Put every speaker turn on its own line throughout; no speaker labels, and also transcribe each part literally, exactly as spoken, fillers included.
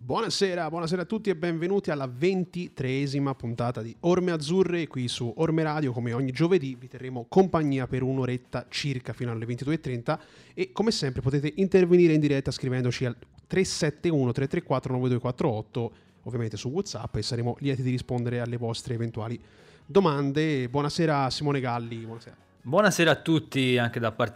Buonasera, buonasera a tutti e benvenuti alla ventitreesima puntata di Orme Azzurre qui su Orme Radio. Come ogni giovedì vi terremo compagnia per un'oretta circa fino alle ventidue e trenta e come sempre potete intervenire in diretta scrivendoci al tre sette uno tre tre quattro nove due quattro otto, ovviamente su WhatsApp, e saremo lieti di rispondere alle vostre eventuali domande. Buonasera Simone Galli, buonasera.
Buonasera a tutti anche da parte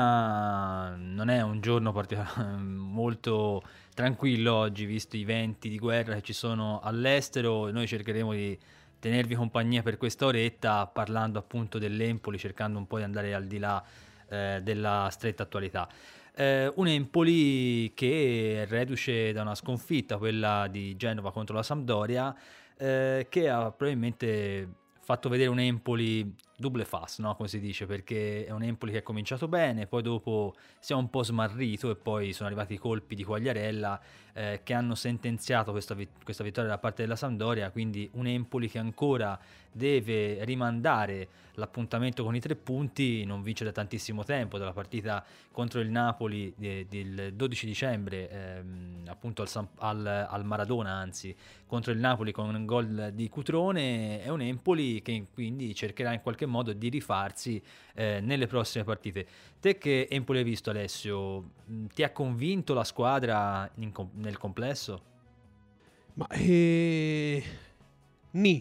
mia. Non è un giorno particolar- molto tranquillo oggi, visto i venti di guerra che ci sono all'estero. Noi cercheremo di tenervi compagnia per questa oretta parlando appunto dell'Empoli, cercando un po' di andare al di là eh, della stretta attualità. Eh, un Empoli che è reduce da una sconfitta, quella di Genova contro la Sampdoria, eh, che ha probabilmente fatto vedere un Empoli double fast, no? Come si dice, perché è un Empoli che è cominciato bene, poi dopo si è un po' smarrito e poi sono arrivati i colpi di Quagliarella eh, che hanno sentenziato questa, vit- questa vittoria da parte della Sampdoria, quindi un Empoli che ancora deve rimandare l'appuntamento con i tre punti, non vince da tantissimo tempo, dalla partita contro il Napoli de- del dodici dicembre, ehm, appunto al, San- al, al Maradona, anzi, contro il Napoli con un gol di Cutrone. È un Empoli che quindi cercherà in qualche modo di rifarsi eh, nelle prossime partite. Te che Empoli hai visto, Alessio, ti ha convinto la squadra in com- nel complesso?
Ma eh... ni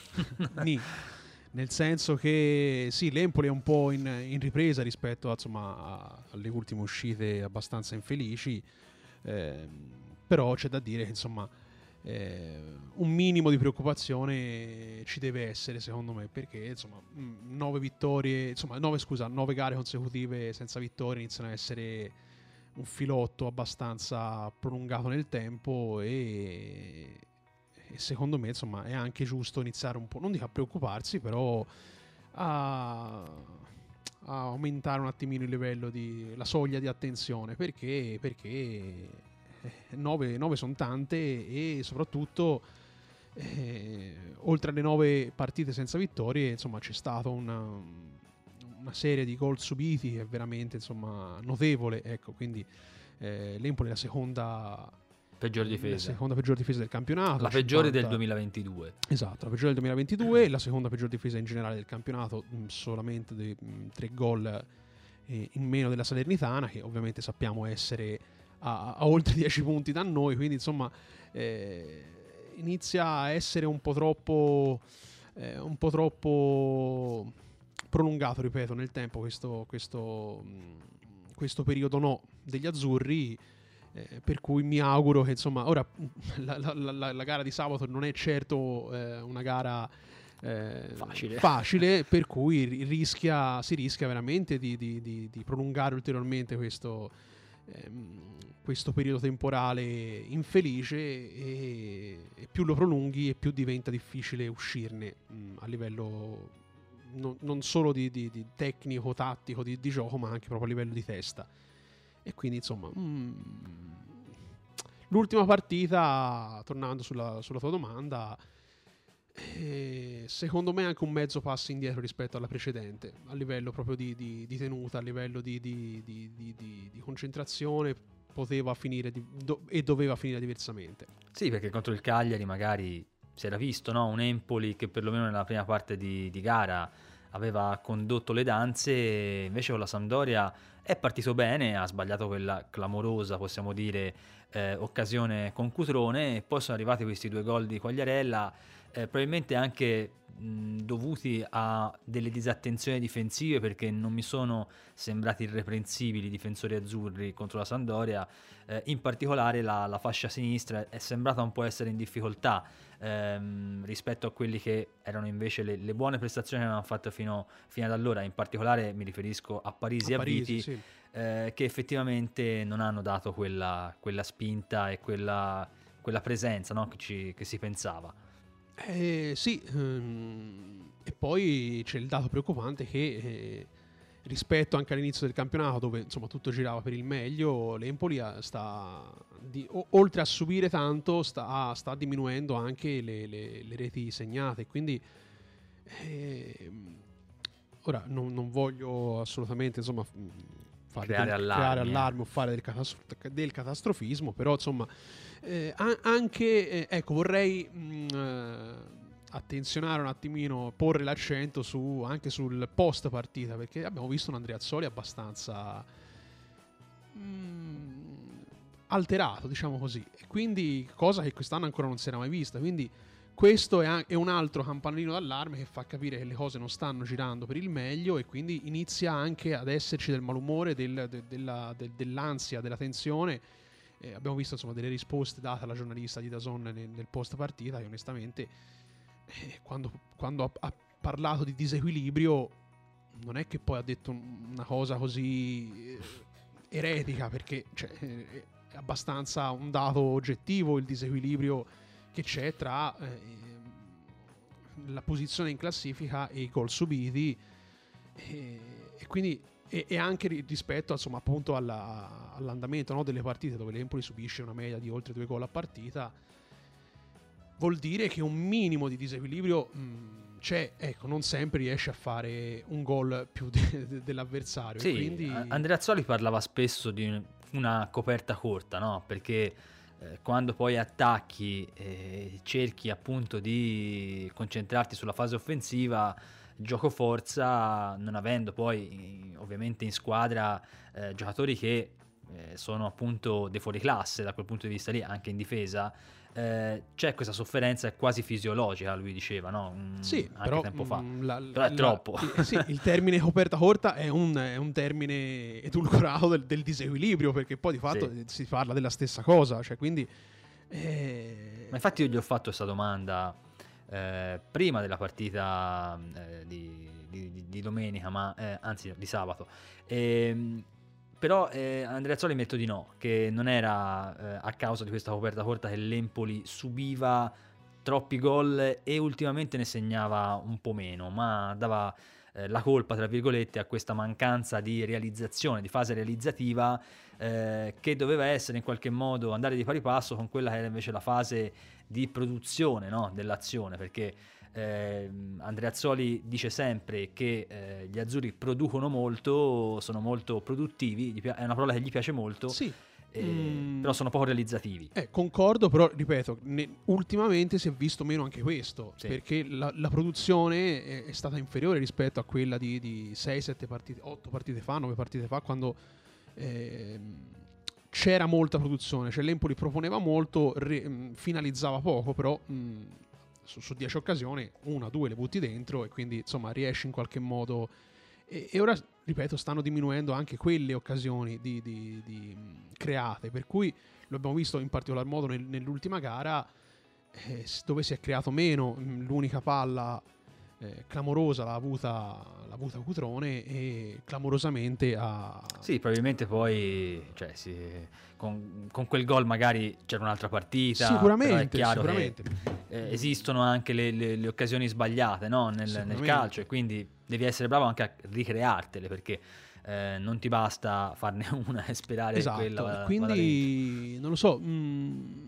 ni nel senso che sì, l'Empoli è un po' in, in ripresa rispetto a, insomma, a- alle ultime uscite abbastanza infelici, ehm, però c'è da dire che insomma eh, un minimo di preoccupazione ci deve essere, secondo me, perché insomma mh, nove vittorie, insomma nove, scusa, nove gare consecutive senza vittorie iniziano a essere un filotto abbastanza prolungato nel tempo e, e secondo me insomma è anche giusto iniziare un po', non dico a preoccuparsi, però a, a aumentare un attimino il livello di la soglia di attenzione, perché perché nove sono tante e soprattutto eh, oltre alle nove partite senza vittorie insomma c'è stata una, una serie di gol subiti che è veramente insomma notevole, ecco, quindi eh, l'Empoli è la seconda
Peggior
la
difesa.
seconda peggior difesa del campionato,
La peggiore
cinquanta
del duemilaventidue.
Esatto, la peggiore del duemilaventidue, la seconda peggior difesa in generale del campionato, mh, solamente dei, mh, tre gol eh, in meno della Salernitana, che ovviamente sappiamo essere a, a oltre dieci punti da noi, quindi insomma eh, inizia a essere un po' troppo eh, un po' troppo prolungato, ripeto, nel tempo questo, questo, mh, questo periodo no degli azzurri. Eh, per cui mi auguro che insomma ora la, la, la, la gara di sabato non è certo eh, una gara eh,
Facile.
facile, per cui rischia, si rischia veramente di, di, di, di prolungare ulteriormente questo, ehm, questo periodo temporale infelice e, e più lo prolunghi e più diventa difficile uscirne mh, a livello non, non solo di, di, di tecnico, tattico, di, di gioco, ma anche proprio a livello di testa. E quindi insomma mm, l'ultima partita, tornando sulla, sulla tua domanda, eh, secondo me è anche un mezzo passo indietro rispetto alla precedente, a livello proprio di, di, di tenuta, a livello di, di, di, di, di, di concentrazione, poteva finire di, do, e doveva finire diversamente.
Sì, perché contro il Cagliari magari si era visto, no? Un Empoli che perlomeno nella prima parte di, di gara aveva condotto le danze, invece con la Sampdoria è partito bene, ha sbagliato quella clamorosa, possiamo dire, eh, occasione con Cutrone, e poi sono arrivati questi due gol di Quagliarella, eh, probabilmente anche mh, dovuti a delle disattenzioni difensive, perché non mi sono sembrati irreprensibili i difensori azzurri contro la Sampdoria, eh, in particolare la, la fascia sinistra è sembrata un po' essere in difficoltà ehm, rispetto a quelli che erano invece le, le buone prestazioni che avevano fatto fino, fino ad allora. In particolare mi riferisco a Parisi
a
e a
Parisi,
Viti,
sì.
eh, che effettivamente non hanno dato quella, quella spinta e quella, quella presenza, no? che, ci, che si pensava.
Eh, sì, ehm, e poi c'è il dato preoccupante che eh, rispetto anche all'inizio del campionato, dove insomma tutto girava per il meglio, l'Empoli sta di, o, oltre a subire tanto sta, sta diminuendo anche le, le, le reti segnate, quindi eh, ora non, non voglio assolutamente insomma fare
creare
del,
allarmi,
creare
eh.
allarme o fare del, catastro- del catastrofismo, però insomma eh, a- anche eh, ecco vorrei mh, eh, attenzionare un attimino, porre l'accento su, anche sul post partita, perché abbiamo visto un Andreazzoli abbastanza mh, alterato, diciamo così, e quindi cosa che quest'anno ancora non si era mai vista, quindi questo è, an- è un altro campanellino d'allarme che fa capire che le cose non stanno girando per il meglio, e quindi inizia anche ad esserci del malumore, del- de- della- de- dell'ansia, della tensione. Eh, abbiamo visto insomma delle risposte date alla giornalista di DAZN nel, nel post partita, che onestamente eh, quando, quando ha, ha parlato di disequilibrio non è che poi ha detto un- una cosa così eh, eretica, perché cioè, eh, è abbastanza un dato oggettivo il disequilibrio che c'è tra eh, la posizione in classifica e i gol subiti, e, e quindi e, e anche ri- rispetto insomma appunto alla- all'andamento, no, delle partite, dove l'Empoli subisce una media di oltre due gol a partita, vuol dire che un minimo di disequilibrio mh, c'è, ecco, non sempre riesce a fare un gol più de- de- dell'avversario, e
Sì,
quindi
A- Andreazzoli parlava spesso di un- una coperta corta, no? Perché eh, quando poi attacchi e cerchi appunto di concentrarti sulla fase offensiva, gioco forza, non avendo poi eh, ovviamente in squadra eh, giocatori che eh, sono appunto dei fuoriclasse da quel punto di vista lì, anche in difesa, eh, c'è questa sofferenza quasi fisiologica, lui diceva, no? Mm,
sì,
anche
però,
tempo fa.
mh, la-
Però è
la-
troppo.
eh, sì, il termine coperta corta è un, è un termine edulcorato del, del disequilibrio, perché poi di fatto
Sì.
eh, si parla della stessa cosa, cioè quindi eh,
Ma infatti io gli ho fatto questa domanda eh, prima della partita eh, di, di- di domenica, ma eh, anzi di sabato. Ehm, però eh, Andreazzoli mi ha detto di no, che non era eh, a causa di questa coperta corta che l'Empoli subiva troppi gol e ultimamente ne segnava un po' meno, ma dava eh, la colpa, tra virgolette, a questa mancanza di realizzazione, di fase realizzativa, eh, che doveva essere in qualche modo andare di pari passo con quella che era invece la fase di produzione, no, dell'azione, perché eh, Andreazzoli dice sempre che eh, gli azzurri producono molto, sono molto produttivi, gli pi- è una parola che gli piace molto,
sì.
eh,
Mm.
però sono poco realizzativi.
Eh, concordo, però ripeto, ne- ultimamente si è visto meno anche questo,
Sì.
perché la, la produzione è, è stata inferiore rispetto a quella di, di sei sette partite, otto partite fa, nove partite fa, quando ehm, c'era molta produzione, cioè l'Empoli proponeva molto, re- mh, finalizzava poco, però mh, su, su dieci occasioni una, due le butti dentro, e quindi insomma riesci in qualche modo. E, e ora, ripeto, stanno diminuendo anche quelle occasioni di, di- di, mh, create, per cui lo abbiamo visto in particolar modo nel- nell'ultima gara, eh, s- dove si è creato meno. Mh, l'unica palla eh, clamorosa l'ha avuta, l'ha avuta Cutrone, e clamorosamente ha...
Sì, probabilmente poi cioè, sì, con, con quel gol magari c'era un'altra partita, però è
Sicuramente,
chiaro
sicuramente.
che eh, esistono anche le, le- le occasioni sbagliate, no, nel, nel
Sicuramente.
calcio, e quindi devi essere bravo anche a ricreartele, perché eh, non ti basta farne una e sperare che quella
Esatto,
vada,
e
vada dentro.
quindi non lo so, mh,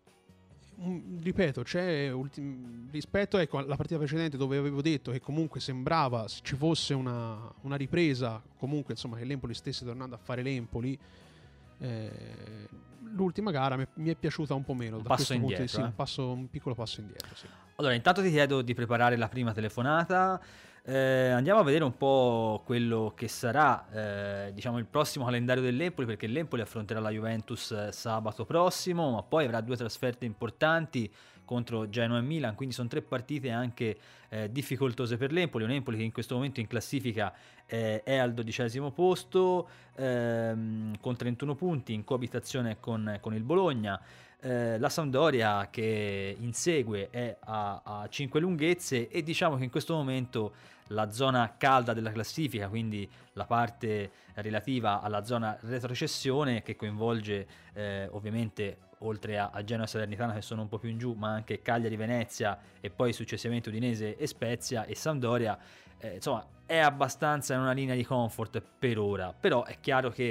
mh, ripeto, c'è ultim- rispetto, ecco, alla partita precedente, dove avevo detto che comunque sembrava ci fosse una, una ripresa, comunque insomma che l'Empoli stesse tornando a fare l'Empoli, eh, l'ultima gara mi, mi è piaciuta un po' meno,
Un
da
passo
questo punto di
indietro,
vista,
eh.
un, passo, un piccolo passo indietro, sì.
Allora, intanto ti chiedo di preparare la prima telefonata. Eh, andiamo a vedere un po' quello che sarà eh, diciamo il prossimo calendario dell'Empoli, perché l'Empoli affronterà la Juventus eh, sabato prossimo, ma poi avrà due trasferte importanti contro Genoa e Milan, quindi sono tre partite anche eh, difficoltose per l'Empoli. Un Empoli che in questo momento in classifica eh, è al dodicesimo posto ehm, con trentuno punti, in coabitazione con, con il Bologna. Eh, la Sampdoria che insegue è a, a cinque lunghezze, e diciamo che in questo momento la zona calda della classifica, quindi la parte relativa alla zona retrocessione, che coinvolge eh, ovviamente oltre a, a Genoa e Salernitana, che sono un po' più in giù, ma anche Cagliari, Venezia e poi successivamente Udinese e Spezia, e Sampdoria, eh, insomma è abbastanza in una linea di comfort per ora. Però è chiaro che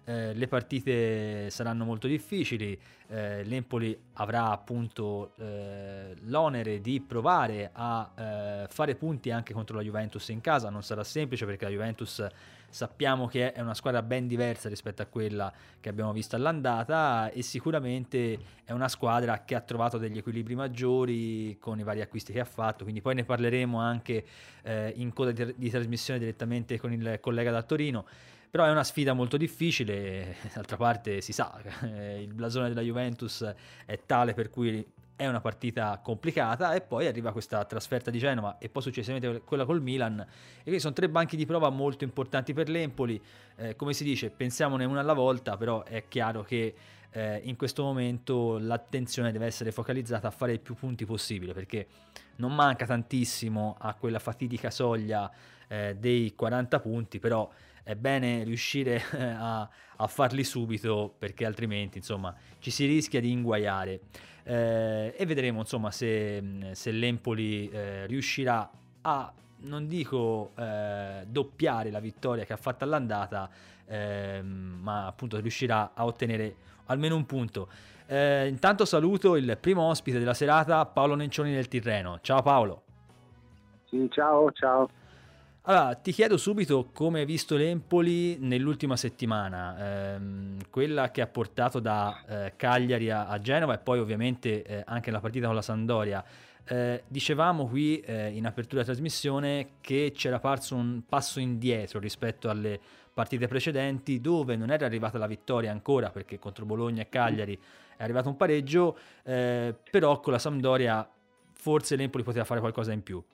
eh, le partite saranno molto difficili, eh, l'Empoli avrà appunto eh, l'onere di provare a eh, fare punti anche contro la Juventus in casa. Non sarà semplice perché la Juventus sappiamo che è una squadra ben diversa rispetto a quella che abbiamo visto all'andata, e sicuramente è una squadra che ha trovato degli equilibri maggiori con i vari acquisti che ha fatto, quindi poi ne parleremo anche eh, in coda di, di trasmissione direttamente con il collega da Torino. Però è una sfida molto difficile, d'altra parte si sa, eh, il blasone della Juventus è tale per cui è una partita complicata, e poi arriva questa trasferta di Genova e poi successivamente quella col Milan, e quindi sono tre banchi di prova molto importanti per l'Empoli. Eh, come si dice, pensiamone una alla volta, però è chiaro che eh, in questo momento l'attenzione deve essere focalizzata a fare i più punti possibile, perché non manca tantissimo a quella fatidica soglia eh, dei quaranta punti, però è bene riuscire a, a farli subito, perché altrimenti insomma ci si rischia di inguaiare. Eh, e vedremo insomma se, se l'Empoli eh, riuscirà a, non dico eh, doppiare la vittoria che ha fatto all'andata, eh, ma appunto riuscirà a ottenere almeno un punto. Eh, intanto saluto il primo ospite della serata, Paolo Nencioni del Tirreno. Ciao Paolo.
Sì, ciao, ciao.
Allora, ti chiedo subito come hai visto l'Empoli nell'ultima settimana, ehm, quella che ha portato da eh, Cagliari a, a Genova, e poi ovviamente eh, anche la partita con la Sampdoria. Eh, dicevamo qui eh, in apertura trasmissione che c'era parso un passo indietro rispetto alle partite precedenti, dove non era arrivata la vittoria ancora, perché contro Bologna e Cagliari è arrivato un pareggio, eh, però con la Sampdoria forse l'Empoli poteva fare qualcosa in più.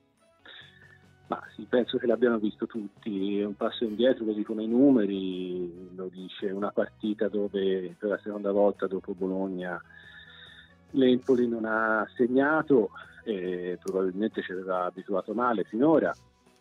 Ma sì, penso che l'abbiano visto tutti, è un passo indietro, lo dicono i numeri, lo dice una partita dove per la seconda volta dopo Bologna l'Empoli non ha segnato, e probabilmente ci aveva abituato male finora,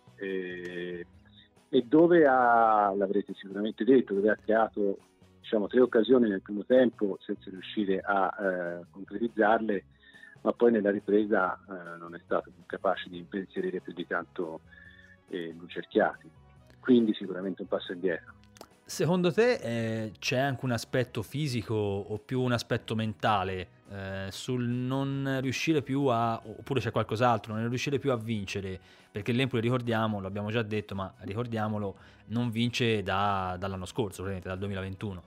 e, e dove ha, l'avrete sicuramente detto, dove ha creato diciamo tre occasioni nel primo tempo senza riuscire a eh, concretizzarle, ma poi nella ripresa eh, non è stato capace di impensierire più di tanto eh, Lucerchiati, quindi sicuramente un passo indietro.
Secondo te eh, c'è anche un aspetto fisico o più un aspetto mentale eh, sul non riuscire più a, oppure c'è qualcos'altro, non riuscire più a vincere? Perché l'Empoli, ricordiamo, l'abbiamo già detto, ma ricordiamolo, non vince da, dall'anno scorso, praticamente dal duemilaventuno.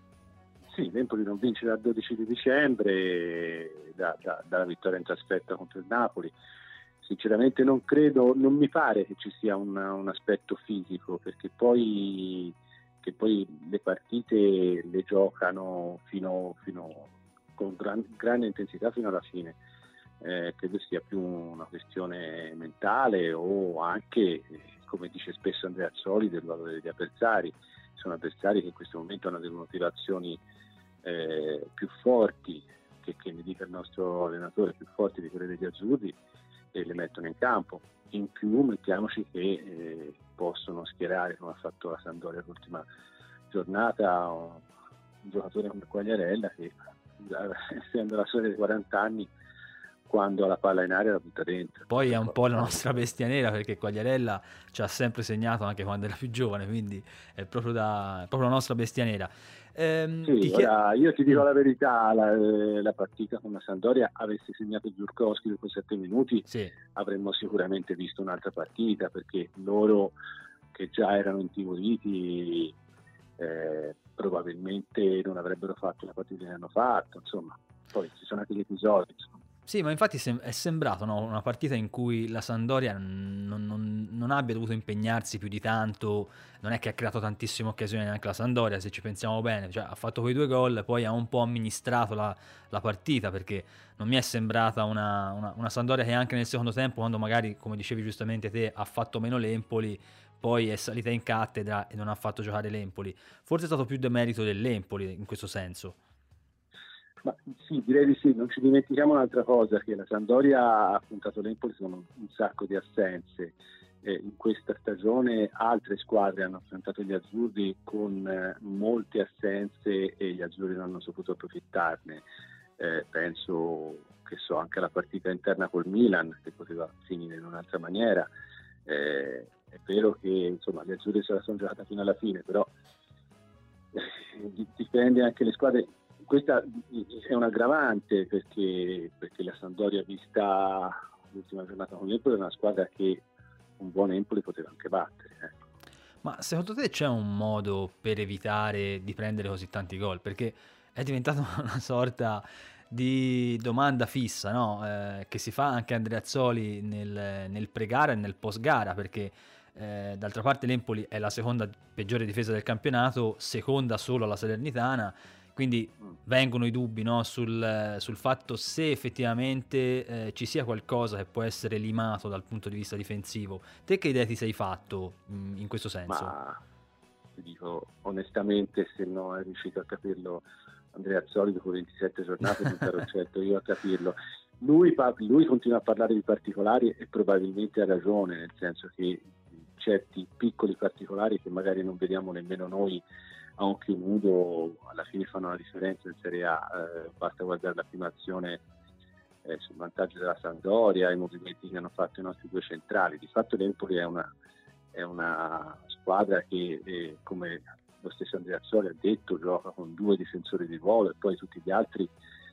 Sì, l'Empoli non vince dal dodici di dicembre, da, da, dalla vittoria in trasferta contro il Napoli. Sinceramente non credo, non mi pare che ci sia un, un aspetto fisico, perché poi, che poi le partite le giocano fino, fino con gran, grande intensità fino alla fine. Eh, credo sia più una questione mentale, o anche, come dice spesso Andrea Azzoli, del valore degli avversari. Sono avversari che in questo momento hanno delle motivazioni eh, più forti, che, che mi dica il nostro allenatore, più forti di quelle degli azzurri, e le mettono in campo. In più mettiamoci che eh, possono schierare, come ha fatto la Sampdoria l'ultima giornata, un giocatore come Quagliarella che, essendo la sua dei quaranta anni, quando ha la palla in aria la butta dentro.
Poi è un po' la nostra bestia nera, perché Quagliarella ci ha sempre segnato anche quando era più giovane, quindi è proprio, da, è proprio la nostra bestia nera. Ehm,
sì,
ti chied-
ora, io ti dico la verità, la, la partita con la Sampdoria, avesse segnato Giurkowski dopo sette minuti,
sì.
avremmo sicuramente visto un'altra partita, perché loro che già erano intimoriti eh, probabilmente non avrebbero fatto la partita che hanno fatto, insomma. Poi ci sono anche gli episodi, insomma.
Sì, ma infatti è sembrato, no, una partita in cui la Sampdoria non, non, non abbia dovuto impegnarsi più di tanto. Non è che ha creato tantissime occasioni neanche la Sampdoria, se ci pensiamo bene, cioè, ha fatto quei due gol, poi ha un po' amministrato la, la partita, perché non mi è sembrata una, una, una Sampdoria che anche nel secondo tempo, quando magari, come dicevi giustamente te, ha fatto meno l'Empoli, poi è salita in cattedra e non ha fatto giocare l'Empoli. Forse è stato più demerito dell'Empoli in questo senso.
Ma sì, direi di sì. Non ci dimentichiamo un'altra cosa, che la Sampdoria ha affrontato l'Empoli con un sacco di assenze. Eh, in questa stagione altre squadre hanno affrontato gli azzurri con eh, molte assenze e gli azzurri non hanno saputo approfittarne. Eh, penso che so anche alla partita interna col Milan, che poteva finire in un'altra maniera. Eh, è vero che insomma gli azzurri se la sono giocata fino alla fine, però dipende anche le squadre. Questa è un aggravante perché, perché la Sampdoria, vista l'ultima giornata con l'Empoli, è una squadra che un buon Empoli poteva anche battere, ecco.
Ma secondo te c'è un modo per evitare di prendere così tanti gol? Perché è diventata una sorta di domanda fissa, no? Eh, che si fa anche Andreazzoli nel, nel pre-gara e nel post-gara, perché eh, d'altra parte l'Empoli è la seconda peggiore difesa del campionato, seconda solo alla Salernitana, quindi vengono i dubbi, no? sul, sul fatto se effettivamente eh, ci sia qualcosa che può essere limato dal punto di vista difensivo. Te che idea ti sei fatto mh, in questo senso?
Ma ti dico onestamente, se non è riuscito a capirlo Andreazzoli dopo ventisette giornate, non sarò certo io a capirlo. Lui, lui continua a parlare di particolari e probabilmente ha ragione, nel senso che certi piccoli particolari che magari non vediamo nemmeno noi a occhio nudo alla fine fanno la differenza in Serie A. Eh, basta guardare la prima azione eh, sul vantaggio della Sampdoria, i movimenti che hanno fatto i nostri due centrali. Di fatto l'Empoli è una, è una squadra che, eh, come lo stesso Andreazzoli ha detto, gioca con due difensori di ruolo e poi tutti gli altri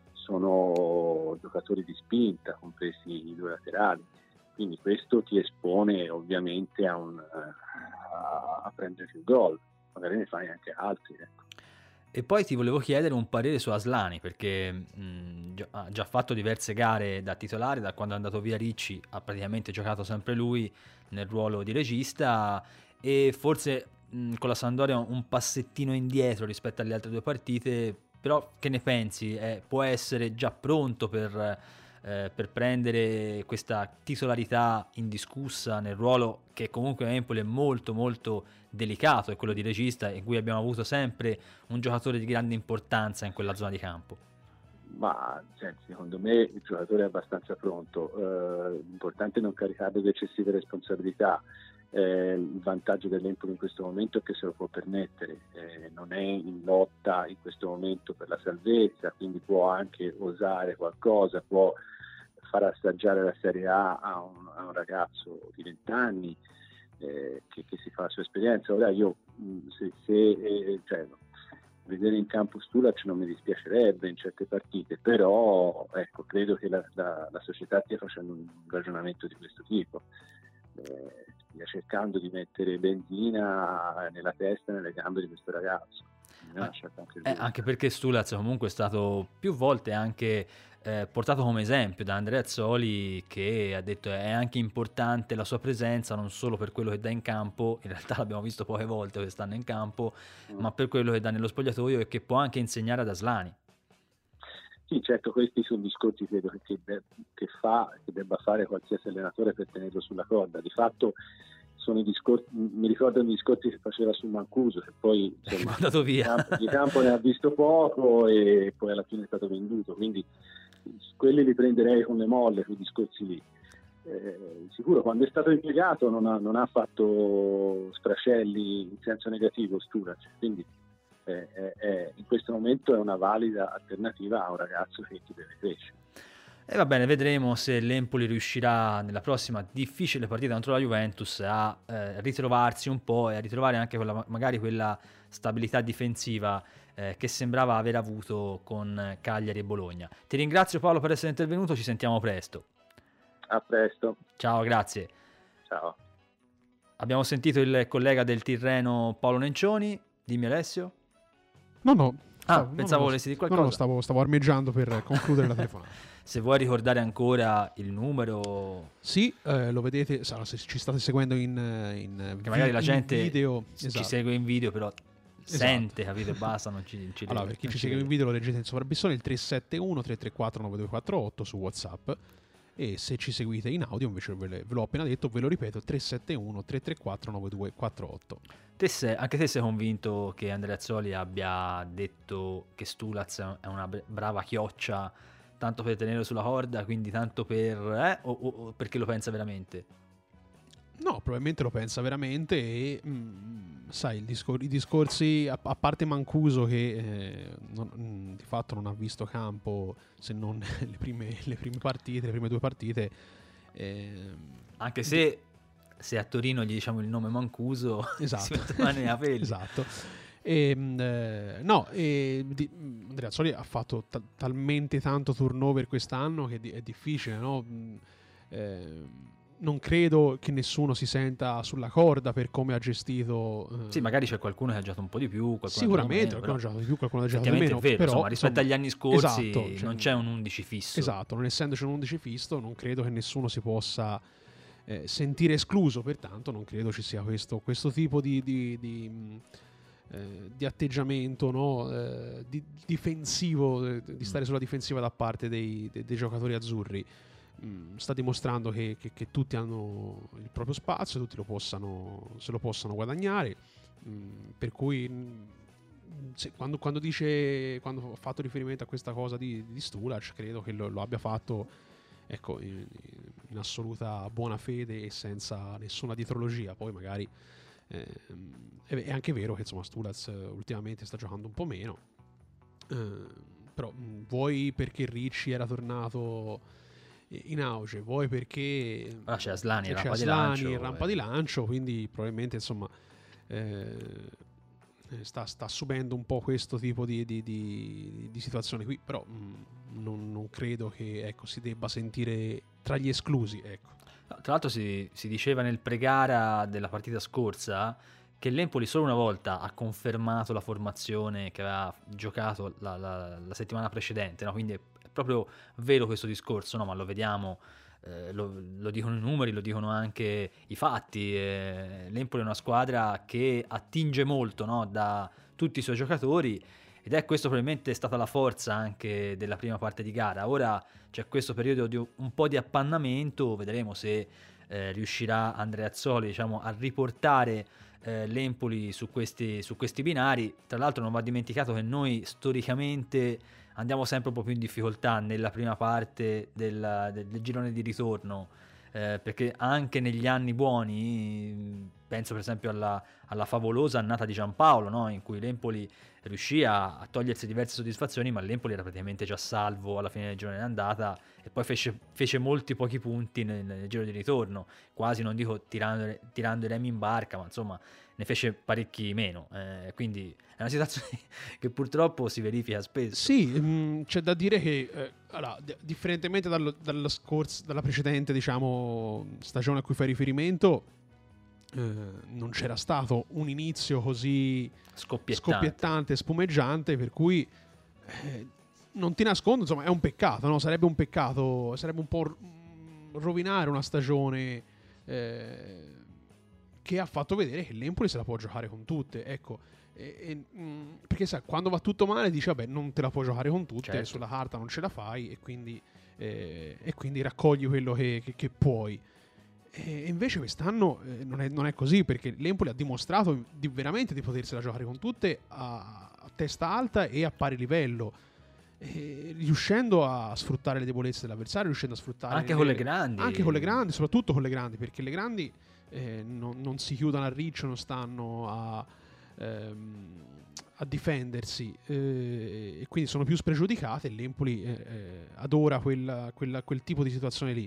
sono giocatori di spinta, compresi i due laterali. Quindi questo ti espone ovviamente a, un, a, a prendere più gol. Magari ne fai anche altri, ecco.
E poi ti volevo chiedere un parere su Aslani, perché mh, già, ha già fatto diverse gare da titolare, da quando è andato via Ricci ha praticamente giocato sempre lui nel ruolo di regista, e forse mh, con la Sampdoria un passettino indietro rispetto alle altre due partite. Però che ne pensi? Eh, può essere già pronto per, eh, per prendere questa titolarità indiscussa nel ruolo che comunque a Empoli è molto molto delicato, è quello di regista, in cui abbiamo avuto sempre un giocatore di grande importanza in quella zona di campo?
Ma senti, secondo me il giocatore è abbastanza pronto. Eh, l'importante è non caricarlo di eccessive responsabilità. Eh, il vantaggio dell'Empoli in questo momento è che se lo può permettere, eh, non è in lotta in questo momento per la salvezza, quindi può anche osare qualcosa, può far assaggiare la Serie A a un, a un ragazzo di venti anni eh, che, che si fa la sua esperienza. Ora io mh, se, se eh, cioè, vedere in campo Stulac non mi dispiacerebbe in certe partite, però ecco, credo che la, la, la società stia facendo un ragionamento di questo tipo, eh, stia cercando di mettere benzina nella testa e nelle gambe di questo ragazzo.
Anche, eh, anche perché Stulac comunque è stato più volte anche eh, portato come esempio da Andreazzoli, che ha detto è anche importante la sua presenza non solo per quello che dà in campo, in realtà l'abbiamo visto poche volte quest'anno in campo, mm. ma per quello che dà nello spogliatoio e che può anche insegnare ad Aslani.
Sì, certo, questi sono discorsi credo che, che fa, che debba fare qualsiasi allenatore per tenerlo sulla corda. Di fatto sono i discorsi, mi ricordano i discorsi che faceva su Mancuso, che poi insomma,
è andato via.
Di campo, di campo ne ha visto poco e poi alla fine è stato venduto, quindi quelli li prenderei con le molle, quei discorsi lì. Eh, sicuro quando è stato impiegato non ha, non ha fatto strascelli in senso negativo Stulac, quindi eh, eh, in questo momento è una valida alternativa a un ragazzo che deve crescere.
E va bene, vedremo se l'Empoli riuscirà nella prossima difficile partita contro la Juventus a eh, ritrovarsi un po' e a ritrovare anche quella, magari quella stabilità difensiva eh, che sembrava aver avuto con Cagliari e Bologna. Ti ringrazio Paolo per essere intervenuto, ci sentiamo presto.
A presto.
Ciao, grazie.
Ciao.
Abbiamo sentito il collega del Tirreno Paolo Nencioni. Dimmi Alessio.
No, no.
Ah,
stavo,
pensavo
no,
volessi dire qualcosa.
No, no, stavo, stavo armeggiando per concludere la telefonata.
Se vuoi ricordare ancora il numero...
Sì, eh, lo vedete, se ci state seguendo in, in
che magari la gente
video,
ci
esatto.
segue in video, però
esatto.
sente, capito, e basta, non ci, ci
allora, per chi ci segue in video lo leggete in sovrabissone, il tre sette uno tre tre quattro nove due quattro otto su WhatsApp, e se ci seguite in audio invece ve, le, ve l'ho appena detto, ve lo ripeto, tre sette uno tre tre quattro nove due quattro otto.
Te sei, anche te sei convinto che Andreazzoli abbia detto che Stulac è una brava chioccia tanto per tenerlo sulla corda, quindi tanto per... Eh, o, o, o perché lo pensa veramente?
No, probabilmente lo pensa veramente e mh, sai, il discor- i discorsi, a, a parte Mancuso che eh, non, mh, di fatto non ha visto campo se non le prime, le prime partite, le prime due partite. Eh,
Anche se, se a Torino gli diciamo il nome Mancuso,
esatto.
si mette mani nei capelli.
Esatto. E, eh, no, e, di, Andreazzoli ha fatto ta- talmente tanto turnover quest'anno che di- è difficile, no? Eh, non credo che nessuno si senta sulla corda per come ha gestito. Eh,
sì, magari c'è qualcuno che ha giocato un po' di più, qualcuno
sicuramente
meno,
qualcuno ha giocato di più, qualcuno ha giocato
effettivamente
meno.
è vero,
però,
insomma, rispetto
insomma,
agli anni scorsi
esatto, cioè,
non c'è un undici fisso.
Esatto, non essendoci un undici fisso, non credo che nessuno si possa eh, sentire escluso, pertanto non credo ci sia questo, questo tipo di, di, di, mh, eh, di atteggiamento, no? eh, di, difensivo, eh, di stare sulla difensiva da parte dei, dei, dei giocatori azzurri. Mh, sta dimostrando che, che, che tutti hanno il proprio spazio, tutti lo possano, se lo possano guadagnare, mh, per cui mh, se, quando, quando dice quando ho fatto riferimento a questa cosa di, di Stulac, credo che lo, lo abbia fatto, ecco, in, in assoluta buona fede e senza nessuna dietrologia. Poi magari eh, è anche vero che insomma Stulac ultimamente sta giocando un po' meno, eh, però mh, vuoi perché Ricci era tornato in auge, vuoi perché
ah, c'è Aslani,
c'è
rampa,
Aslani,
di lancio,
rampa
eh.
di lancio, quindi probabilmente insomma eh, sta, sta subendo un po' questo tipo di, di, di, di situazioni qui, però mh, non, non credo che ecco, si debba sentire tra gli esclusi, ecco.
No, tra l'altro si, si diceva nel pre-gara della partita scorsa che l'Empoli solo una volta ha confermato la formazione che aveva giocato la, la, la settimana precedente, no? Quindi è proprio vero questo discorso, no? Ma lo vediamo, eh, lo, lo dicono i numeri, lo dicono anche i fatti. Eh, L'Empoli è una squadra che attinge molto, no? Da tutti i suoi giocatori, ed è questo probabilmente stata la forza anche della prima parte di gara. Ora c'è questo periodo di un po' di appannamento, vedremo se eh, riuscirà Andreazzoli, diciamo, a riportare eh, l'Empoli su questi, su questi binari. Tra l'altro non va dimenticato che noi storicamente andiamo sempre un po' più in difficoltà nella prima parte del, del, del girone di ritorno, eh, perché anche negli anni buoni, penso per esempio alla, alla favolosa annata di Giampaolo, no? In cui l'Empoli riuscì a, a togliersi diverse soddisfazioni, ma l'Empoli era praticamente già salvo alla fine del girone d'andata e poi fece, fece molti pochi punti nel, nel giro di ritorno, quasi non dico tirando, tirando i remi in barca, ma insomma ne fece parecchi meno, eh, quindi è una situazione che purtroppo si verifica spesso.
Sì, mh, c'è da dire che eh, allora, d- differentemente dallo, dallo scorso, dalla precedente, diciamo, stagione a cui fai riferimento, eh, non c'era stato un inizio così
Scoppiettante,
scoppiettante, spumeggiante, per cui eh, non ti nascondo, insomma, è un peccato, no? Sarebbe un peccato, sarebbe un po' r- rovinare una stagione eh, che ha fatto vedere che l'Empoli se la può giocare con tutte, ecco. E, e, mh, perché sai, quando va tutto male dici vabbè, non te la puoi giocare con tutte,
certo,
sulla carta non ce la fai, e quindi, eh, e quindi raccogli quello che, che, che puoi. E invece quest'anno eh, non, è, non è così, perché l'Empoli ha dimostrato di, veramente di potersela giocare con tutte a, a testa alta e a pari livello, e riuscendo a sfruttare le debolezze dell'avversario, riuscendo a sfruttare
anche
le,
con le grandi,
anche con le grandi, soprattutto con le grandi, perché le grandi eh, non, non si chiudono a riccio, non stanno a, ehm, a difendersi, eh, e quindi sono più spregiudicate. L'Empoli eh, eh, adora quella, quella, quel tipo di situazione lì,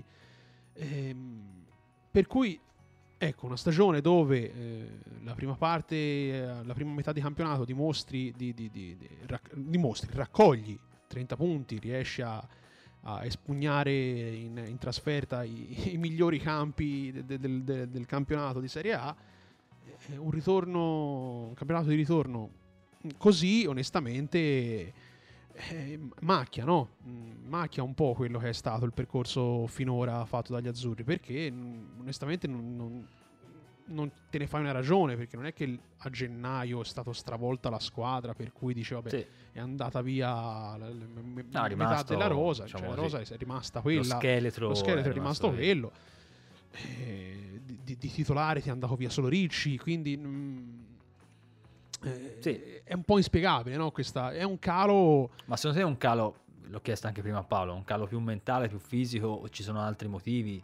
ehm, per cui ecco, una stagione dove eh, la prima parte, eh, la prima metà di campionato dimostri, di, di, di, di, rac- dimostri raccogli trenta punti, riesci a, a espugnare in, in trasferta i, i migliori campi de, de, de, de, del campionato di Serie A, eh, un ritorno, un campionato di ritorno così, onestamente eh, macchia, no? Macchia un po' quello che è stato il percorso finora fatto dagli azzurri, perché mh, onestamente non, non, non te ne fai una ragione, perché non è che a gennaio è stata stravolta la squadra per cui dice vabbè, sì, è andata via la, la, la,
no,
metà
rimasto,
della rosa,
diciamo
cioè, la
così,
rosa è rimasta quella,
lo scheletro,
lo scheletro è rimasto,
rimasto
quello, eh, di, di, di titolare ti è andato via solo Ricci, quindi mh, Eh, sì, è un po' inspiegabile, no? Questa è un calo.
Ma secondo te è un calo, l'ho chiesto anche prima a Paolo, un calo più mentale, più fisico, o ci sono altri motivi?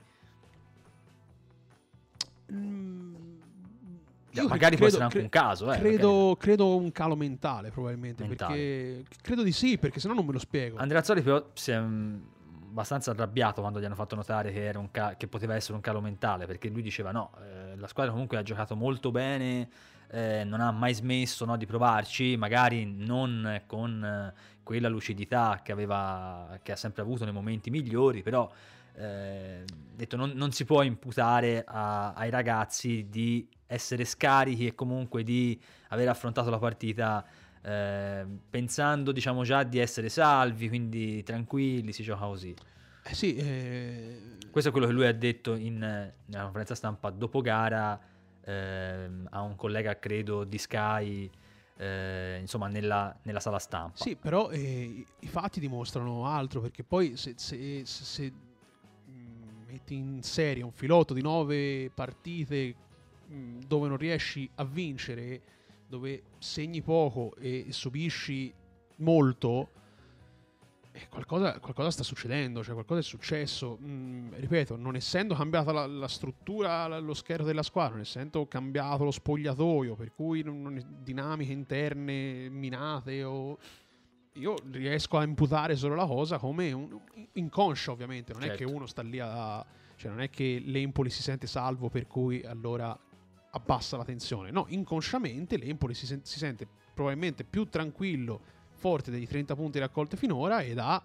Mm,
io magari credo, può essere anche
cre-
un caso, eh,
credo, credo un calo mentale, probabilmente,
mentale.
Perché credo di sì, perché sennò non me lo spiego.
Andreazzoli però si è mh, abbastanza arrabbiato quando gli hanno fatto notare che, era un ca- che poteva essere un calo mentale, perché lui diceva no, eh, la squadra comunque ha giocato molto bene, eh, non ha mai smesso, no, di provarci, magari non con eh, quella lucidità che aveva, che ha sempre avuto nei momenti migliori, però eh, detto, non, non si può imputare a, ai ragazzi di essere scarichi e comunque di aver affrontato la partita eh, pensando, diciamo, già di essere salvi, quindi tranquilli, si gioca così.
Eh sì, eh...
Questo è quello che lui ha detto in, nella conferenza stampa dopo gara eh, a un collega, credo, di Sky, eh, insomma, nella, nella sala stampa.
Sì, però eh, i fatti dimostrano altro, perché poi se, se, se, se mh, metti in serie un filotto di nove partite mh, dove non riesci a vincere, dove segni poco e subisci molto, eh, qualcosa, qualcosa sta succedendo, cioè qualcosa è successo. Mm, ripeto, non essendo cambiata la, la struttura, la- lo scherzo della squadra, non essendo cambiato lo spogliatoio, per cui non, non- dinamiche interne minate, o io riesco a imputare solo la cosa come un, inconscia, ovviamente. Non è
Certo.
che uno sta lì a... cioè non è che l'Empoli si sente salvo per cui allora abbassa la tensione. No, inconsciamente l'Empoli si, sen- si sente probabilmente più tranquillo, forte dei trenta punti raccolti finora, ed ha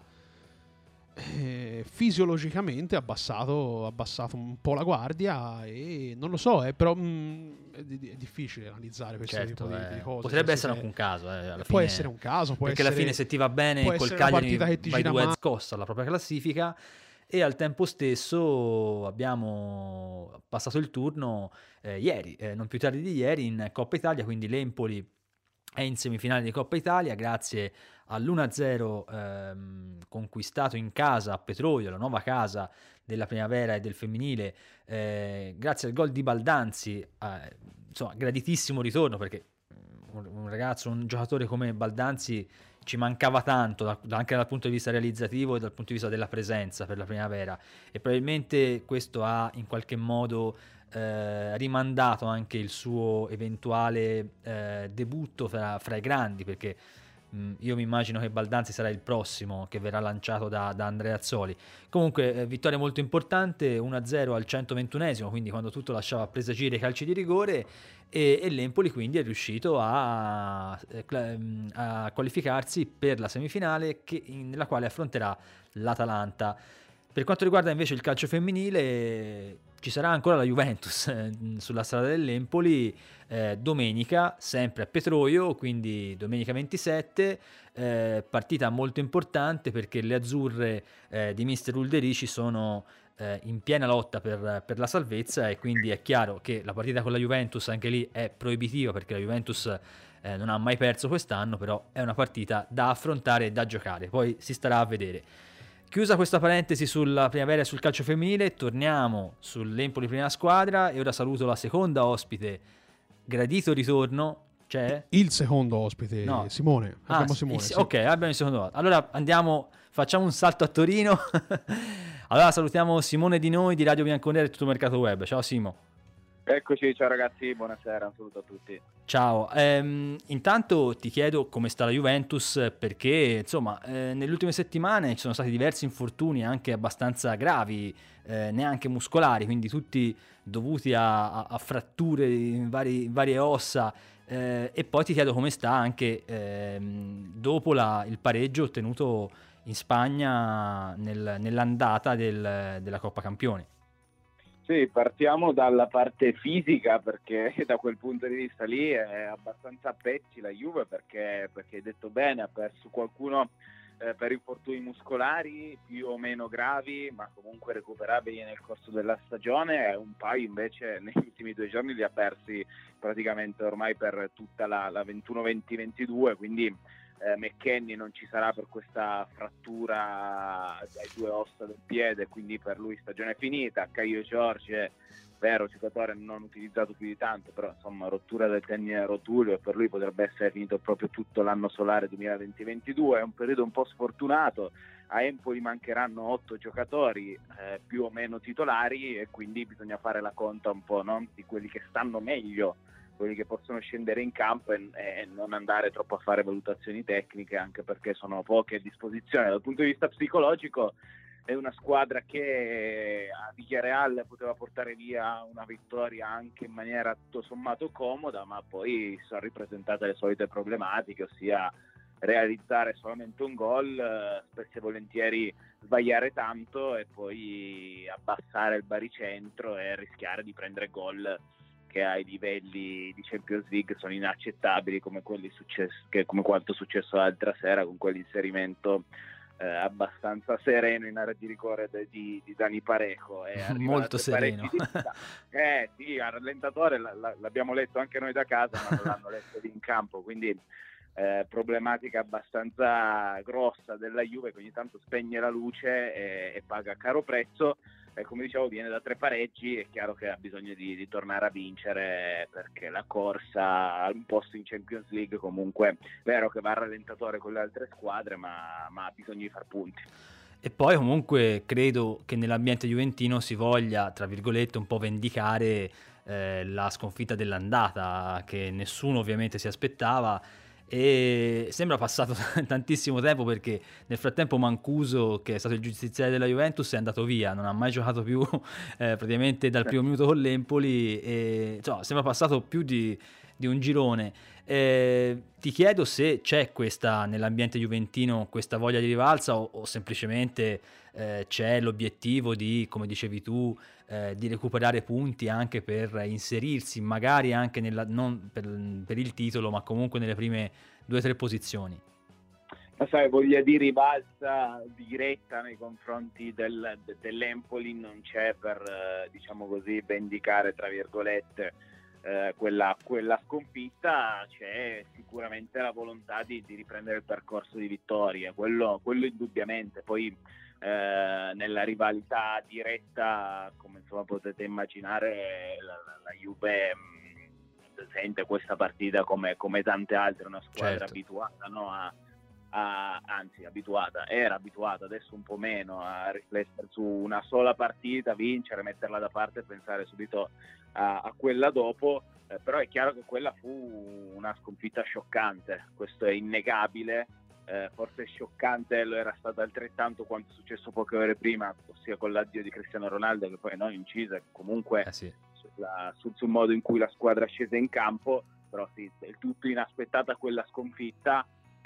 eh, fisiologicamente abbassato, abbassato un po' la guardia, e non lo so, eh, però mh, è, di- è difficile analizzare questo
Certo,
tipo di,
eh,
di cose.
potrebbe
queste
essere
serie.
anche un caso, eh, alla
Può
fine,
essere un caso, può
perché
essere,
alla fine se ti va bene
può
col
essere una
Cagliari
partita che ti
vai
gira
due
male.
scossa alla propria classifica, e al tempo stesso abbiamo passato il turno eh, ieri, eh, non più tardi di ieri, in Coppa Italia, quindi l'Empoli è in semifinale di Coppa Italia grazie all'uno a zero ehm, conquistato in casa a Petroio, la nuova casa della primavera e del femminile, eh, grazie al gol di Baldanzi, eh, insomma, graditissimo ritorno, perché un, un ragazzo, un giocatore come Baldanzi ci mancava tanto, da- da- anche dal punto di vista realizzativo e dal punto di vista della presenza per la primavera, e probabilmente questo ha in qualche modo eh, rimandato anche il suo eventuale eh, debutto fra, fra i grandi, perché mh, io mi immagino che Baldanzi sarà il prossimo che verrà lanciato da, da Andrea Azzoli. Comunque eh, vittoria molto importante, uno a zero al centoventunesimo, quindi quando tutto lasciava presagire i calci di rigore, e, e l'Empoli quindi è riuscito a, eh, cla- mh, a qualificarsi per la semifinale che, in- nella quale affronterà l'Atalanta. Per quanto riguarda invece il calcio femminile, ci sarà ancora la Juventus eh, sulla strada dell'Empoli eh, domenica, sempre a Petroio, quindi domenica ventisette, eh, partita molto importante perché le azzurre eh, di mister Ulderici sono eh, in piena lotta per, per la salvezza, e quindi è chiaro che la partita con la Juventus anche lì è proibitiva, perché la Juventus eh, non ha mai perso quest'anno, però è una partita da affrontare e da giocare, poi si starà a vedere. Chiusa questa parentesi sulla primavera e sul calcio femminile, torniamo sull'Empoli prima squadra, e ora saluto la seconda ospite. Gradito ritorno, c'è?
Il secondo ospite,
No.
Simone.
Ah,
Abbiamo
s-
Simone.
il-
sì.
ok, abbiamo il secondo. Allora andiamo, facciamo un salto a Torino. Allora salutiamo Simone Di Noi di Radio Bianconera e Tutto Mercato Web. Ciao Simo.
Eccoci, ciao ragazzi, buonasera, un saluto a tutti.
Ciao, ehm, intanto ti chiedo come sta la Juventus, perché insomma eh, nelle ultime settimane ci sono stati diversi infortuni anche abbastanza gravi, eh, neanche muscolari, quindi tutti dovuti a, a- a fratture in, vari- in varie ossa, eh, e poi ti chiedo come sta anche ehm, dopo la- il pareggio ottenuto in Spagna nel- nell'andata del- della Coppa Campioni.
Sì, partiamo dalla parte fisica, perché da quel punto di vista lì è abbastanza a pezzi la Juve, perché, perché hai detto bene, ha perso qualcuno eh, per infortuni muscolari più o meno gravi, ma comunque recuperabili nel corso della stagione, e un paio invece negli ultimi due giorni li ha persi praticamente ormai per tutta la, la ventuno venti ventidue, quindi eh, McKennie non ci sarà per questa frattura ai due ossa del piede, quindi per lui stagione finita. Caio Giorgi, vero, giocatore non utilizzato più di tanto, però insomma rottura del tendine rotuleo, e per lui potrebbe essere finito proprio tutto l'anno solare duemilaventi ventidue. È un periodo un po' sfortunato. A Empoli mancheranno otto giocatori eh, più o meno titolari, e quindi bisogna fare la conta un po', no? Di quelli che stanno meglio, quelli che possono scendere in campo, e, e non andare troppo a fare valutazioni tecniche, anche perché sono poche a disposizione. Dal punto di vista psicologico è una squadra che a Villarreal poteva portare via una vittoria anche in maniera tutto sommato comoda, ma poi sono ripresentate le solite problematiche, ossia realizzare solamente un gol, spesso e volentieri sbagliare tanto e poi abbassare il baricentro e rischiare di prendere gol che ai livelli di Champions League sono inaccettabili, come quelli successi, che come quanto successo l'altra sera con quell'inserimento eh, abbastanza sereno in area di rigore de, di, di Dani Parejo. E
molto sereno.
Di... eh sì, al rallentatore l- l- l'abbiamo letto anche noi da casa, ma non l'hanno letto lì in campo, quindi eh, problematica abbastanza grossa della Juve, che ogni tanto spegne la luce e, e paga caro prezzo. E come dicevo, viene da tre pareggi, è chiaro che ha bisogno di, di tornare a vincere, perché la corsa a un posto in Champions League comunque è vero che va a rallentatore con le altre squadre, ma, ma ha bisogno di far punti.
E poi comunque credo che nell'ambiente juventino si voglia, tra virgolette, un po' vendicare eh, la sconfitta dell'andata, che nessuno ovviamente si aspettava. E sembra passato tantissimo tempo, perché nel frattempo Mancuso, che è stato il giustiziere della Juventus, è andato via, non ha mai giocato più eh, praticamente dal primo minuto con l'Empoli, e insomma, sembra passato più di, di un girone. Eh, ti chiedo se c'è questa nell'ambiente juventino questa voglia di rivalsa, o, o semplicemente eh, c'è l'obiettivo di, come dicevi tu, eh, di recuperare punti anche per inserirsi magari anche nella, non per, per il titolo, ma comunque nelle prime due o tre posizioni.
Ma sai, voglia di ribalza diretta nei confronti del, dell'Empoli non c'è, per eh, diciamo così vendicare tra virgolette eh, quella, quella sconfitta. C'è sicuramente la volontà di, di riprendere il percorso di vittorie, quello, quello indubbiamente. Poi eh, nella rivalità diretta, come insomma potete immaginare, la, la, la Juve mh, sente questa partita come, come tante altre, una squadra
certo.
abituata, no, a A, anzi abituata, era abituata, adesso un po' meno, a riflettere su una sola partita, vincere, metterla da parte e pensare subito a, a quella dopo, eh, però è chiaro che quella fu una sconfitta scioccante, questo è innegabile, eh, forse scioccante lo era stato altrettanto quanto successo poche ore prima, ossia con l'addio di Cristiano Ronaldo, che poi non incise comunque
eh sì.
sulla, sul, sul modo in cui la squadra scese in campo, però sì, del tutto inaspettata quella sconfitta.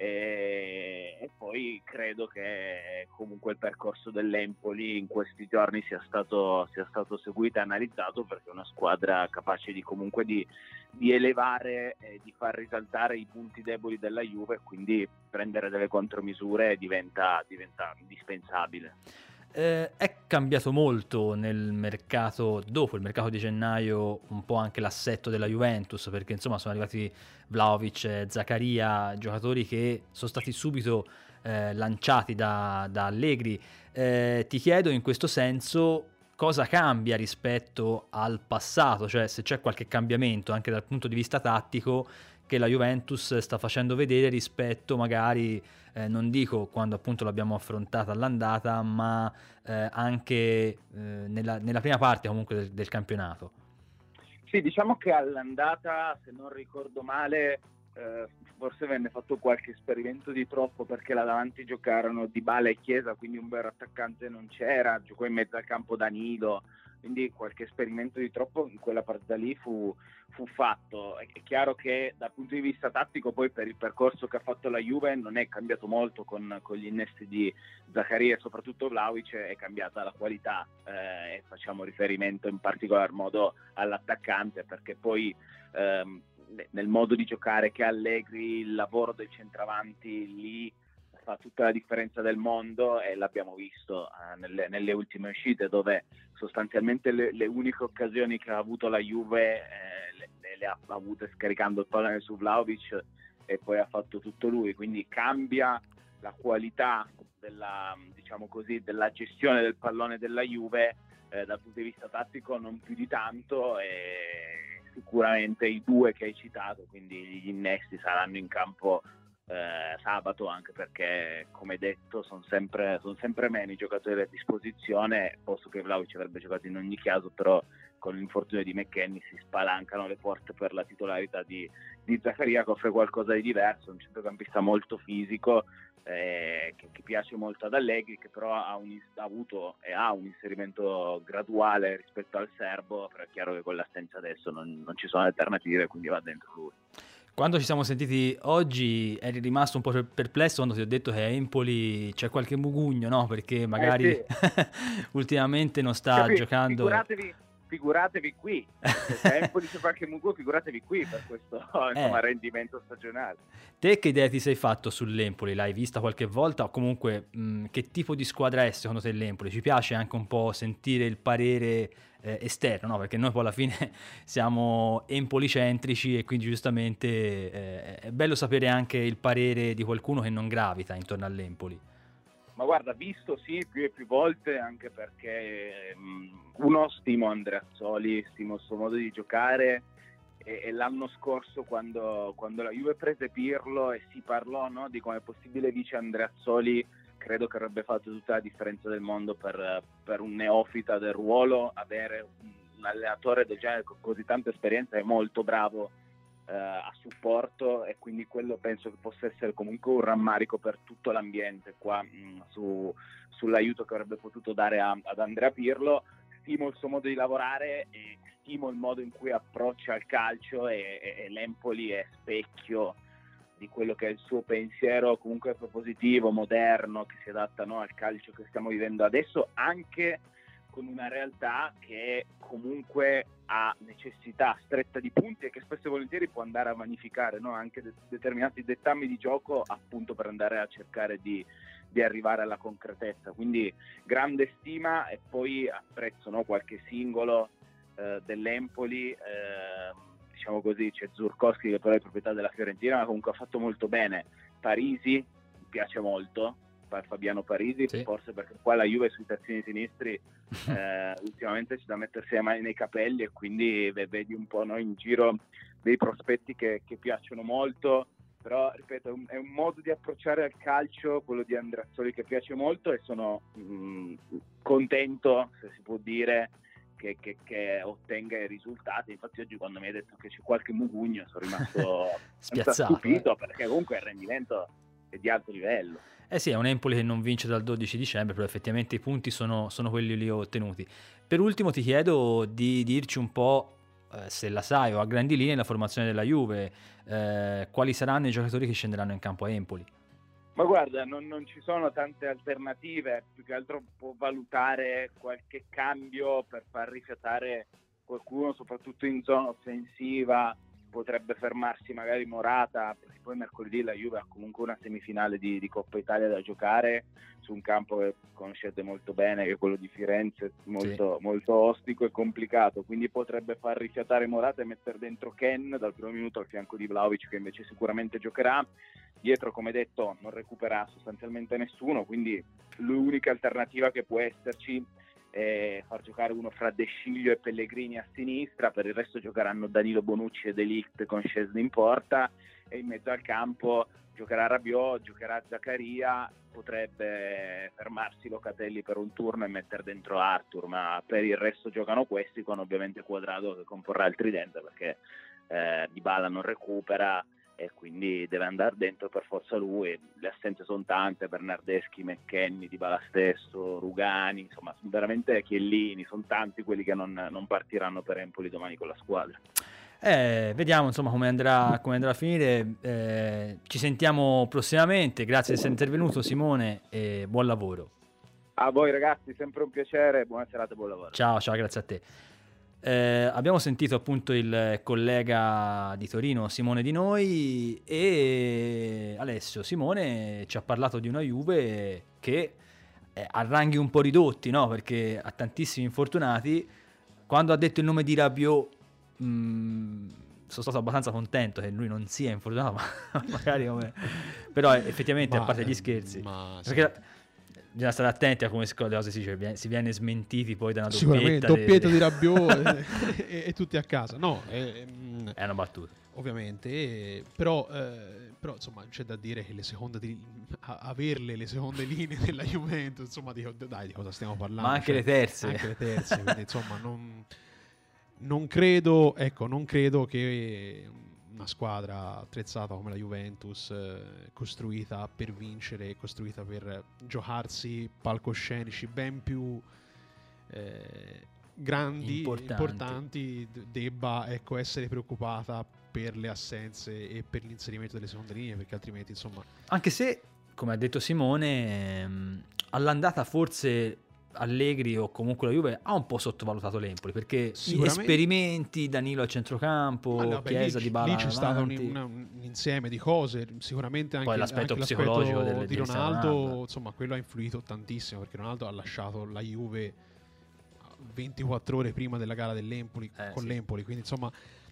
E, e poi credo che comunque il percorso dell'Empoli in questi giorni sia stato, sia stato seguito e analizzato, perché è una squadra capace di comunque di, di elevare e di far risaltare i punti deboli della Juve, quindi prendere delle contromisure diventa, diventa indispensabile.
Eh, è cambiato molto nel mercato, dopo il mercato di gennaio, un po' anche l'assetto della Juventus, perché insomma sono arrivati Vlahovic, Zaccaria, giocatori che sono stati subito eh, lanciati da, da Allegri. Eh, ti chiedo in questo senso cosa cambia rispetto al passato, cioè se c'è qualche cambiamento anche dal punto di vista tattico che la Juventus sta facendo vedere rispetto magari, eh, non dico quando appunto l'abbiamo affrontata all'andata, ma eh, anche eh, nella, nella prima parte comunque del, del campionato.
Sì, diciamo che all'andata, se non ricordo male, eh, forse venne fatto qualche esperimento di troppo, perché là davanti giocarono Dybala e Chiesa, quindi un vero attaccante non c'era, giocò in mezzo al campo Danilo, quindi qualche esperimento di troppo in quella partita lì fu, fu fatto. È chiaro che dal punto di vista tattico poi per il percorso che ha fatto la Juve non è cambiato molto con, con gli innesti di Zaccaria e soprattutto Vlahovic, è cambiata la qualità eh, e facciamo riferimento in particolar modo all'attaccante, perché poi ehm, nel modo di giocare che Allegri, il lavoro del centravanti lì fa tutta la differenza del mondo, e l'abbiamo visto eh, nelle, nelle ultime uscite, dove sostanzialmente le, le uniche occasioni che ha avuto la Juve eh, le, le, le ha avute scaricando il pallone su Vlahovic, e poi ha fatto tutto lui, quindi cambia la qualità della, diciamo così, della gestione del pallone della Juve eh, dal punto di vista tattico non più di tanto, e sicuramente i due che hai citato, quindi gli innesti, saranno in campo Eh, sabato, anche perché come detto sono sempre, son sempre meno i giocatori a disposizione, posto che Vlahovic avrebbe giocato in ogni caso, però con l'infortunio di McKennie si spalancano le porte per la titolarità di, di Zaccaria, che offre qualcosa di diverso, un centrocampista molto fisico, eh, che, che piace molto ad Allegri, che però ha, un, ha avuto e ha un inserimento graduale rispetto al serbo, però è chiaro che con l'assenza adesso non, non ci sono alternative, quindi va dentro lui.
Quando ci siamo sentiti oggi eri rimasto un po' perplesso quando ti ho detto che a Empoli c'è qualche mugugno, no? Perché magari
eh sì.
ultimamente non sta
Capì?
giocando...
Figuratevi, figuratevi qui, se a Empoli c'è qualche mugugno, figuratevi qui per questo insomma,
eh.
rendimento stagionale.
Te che idea ti sei fatto sull'Empoli? L'hai vista qualche volta? O comunque mh, che tipo di squadra è secondo te l'Empoli? Ci piace anche un po' sentire il parere eh, esterno, no? Perché noi poi alla fine siamo empolicentrici e quindi giustamente eh, è bello sapere anche il parere di qualcuno che non gravita intorno all'Empoli.
Ma guarda, visto sì più e più volte, anche perché um, uno stimo Andreazzoli, stimo il suo modo di giocare, e, e l'anno scorso quando, quando la Juve prese Pirlo e si parlò, no, di come possibile vice Andreazzoli, credo che avrebbe fatto tutta la differenza del mondo per, per un neofita del ruolo, avere un allenatore del genere con così tanta esperienza e molto bravo Uh, a supporto, e quindi quello penso che possa essere comunque un rammarico per tutto l'ambiente qua mh, su, sull'aiuto che avrebbe potuto dare a, ad Andrea Pirlo. Stimo il suo modo di lavorare e stimo il modo in cui approccia al calcio, e, e, e l'Empoli è specchio di quello che è il suo pensiero comunque propositivo, moderno, che si adatta, no, al calcio che stiamo vivendo adesso, anche con una realtà che comunque ha necessità stretta di punti e che spesso e volentieri può andare a vanificare, no? Anche de- determinati dettami di gioco, appunto per andare a cercare di, di arrivare alla concretezza. Quindi grande stima, e poi apprezzo, no, qualche singolo eh, dell'Empoli, eh, diciamo così, c'è Zurkowski che però è proprietà della Fiorentina, ma comunque ha fatto molto bene. Parisi mi piace molto, Fabiano Parisi, sì. Forse perché qua la Juve sui terzini sinistri eh, ultimamente c'è da mettersi le mani nei capelli, e quindi vedi un po', no, in giro dei prospetti che, che piacciono molto, però ripeto è un, è un modo di approcciare al calcio, quello di Andreazzoli, che piace molto, e sono mh, contento, se si può dire, che, che, che ottenga i risultati. Infatti oggi quando mi hai detto che c'è qualche mugugno sono rimasto
spiazzato,
stupito,
eh.
perché comunque il rendimento è di alto livello.
Eh sì, è un Empoli che non vince dal dodici dicembre, però effettivamente i punti sono, sono quelli lì ottenuti. Per ultimo ti chiedo di dirci un po', eh, se la sai o a grandi linee, la formazione della Juve, eh, quali saranno i giocatori che scenderanno in campo a Empoli?
Ma guarda, non, non ci sono tante alternative, più che altro può valutare qualche cambio per far rifiatare qualcuno, soprattutto in zona offensiva. Potrebbe fermarsi magari Morata, perché poi mercoledì la Juve ha comunque una semifinale di, di Coppa Italia da giocare su un campo che conoscete molto bene, che è quello di Firenze, molto, sì. molto ostico e complicato, quindi potrebbe far rifiatare Morata e mettere dentro Ken dal primo minuto al fianco di Vlahovic, che invece sicuramente giocherà. Dietro, come detto, non recupera sostanzialmente nessuno, quindi l'unica alternativa che può esserci è far giocare uno fra De Sciglio e Pellegrini a sinistra. Per il resto giocheranno Danilo Bonucci e De Ligt con Szczesny in porta, e in mezzo al campo giocherà Rabiot, giocherà Zaccaria, potrebbe fermarsi Locatelli per un turno e mettere dentro Arthur, ma per il resto giocano questi, con ovviamente Quadrado che comporrà il tridente, perché eh, Dybala non recupera e quindi deve andare dentro per forza lui. Le assenze sono tante: Bernardeschi, McKennie, Dybala stesso, Rugani, insomma veramente Chiellini, sono tanti quelli che non, non partiranno per Empoli domani con la squadra.
Eh, vediamo insomma come andrà, come andrà a finire. Eh, ci sentiamo prossimamente, grazie di essere intervenuto Simone, e buon lavoro.
A voi ragazzi, sempre un piacere, buona serata e buon lavoro.
Ciao, ciao, grazie a te. Eh, abbiamo sentito appunto il collega di Torino Simone Di Noi, e Alessio Simone ci ha parlato di una Juve che eh, ha ranghi un po' ridotti, no? Perché ha tantissimi infortunati. Quando ha detto il nome di Rabiot mh, sono stato abbastanza contento che lui non sia infortunato, ma magari come... però effettivamente, ma, a parte gli scherzi, ma perché sì. Bisogna stare attenti a come le cose si dice, si viene smentiti poi da una doppietta.
Sicuramente, doppietta de... di Rabiot e, e, e tutti a casa. No, è,
è una battuta.
Ovviamente, e, però, eh, però insomma c'è da dire che le seconde di, a, averle le seconde linee della Juventus, insomma, di, dai, di cosa stiamo parlando?
Ma anche
cioè,
le terze.
Anche le terze, quindi insomma non, non credo, ecco, non credo che una squadra attrezzata come la Juventus, eh, costruita per vincere, costruita per giocarsi palcoscenici ben più eh, grandi,
Importanti.
importanti, d- debba ecco, essere preoccupata per le assenze e per l'inserimento delle seconde linee, perché altrimenti insomma...
Anche se, come ha detto Simone, ehm, all'andata forse Allegri o comunque la Juve ha un po' sottovalutato l'Empoli, perché
Sicuramente-
esperimenti, Danilo al centrocampo,
Ma vabbè,
Chiesa,
lì,
Dybala
lì c'è stato un,
avanti.
un- un insieme di cose, sicuramente anche,
Poi l'aspetto
anche
psicologico
l'aspetto
del-
di
di
Ronaldo,
Ronaldo.
insomma quello ha influito tantissimo, perché Ronaldo ha lasciato la Juve ventiquattro ore prima della gara dell'Empoli,
Eh,
con
sì.
l'Empoli, quindi insomma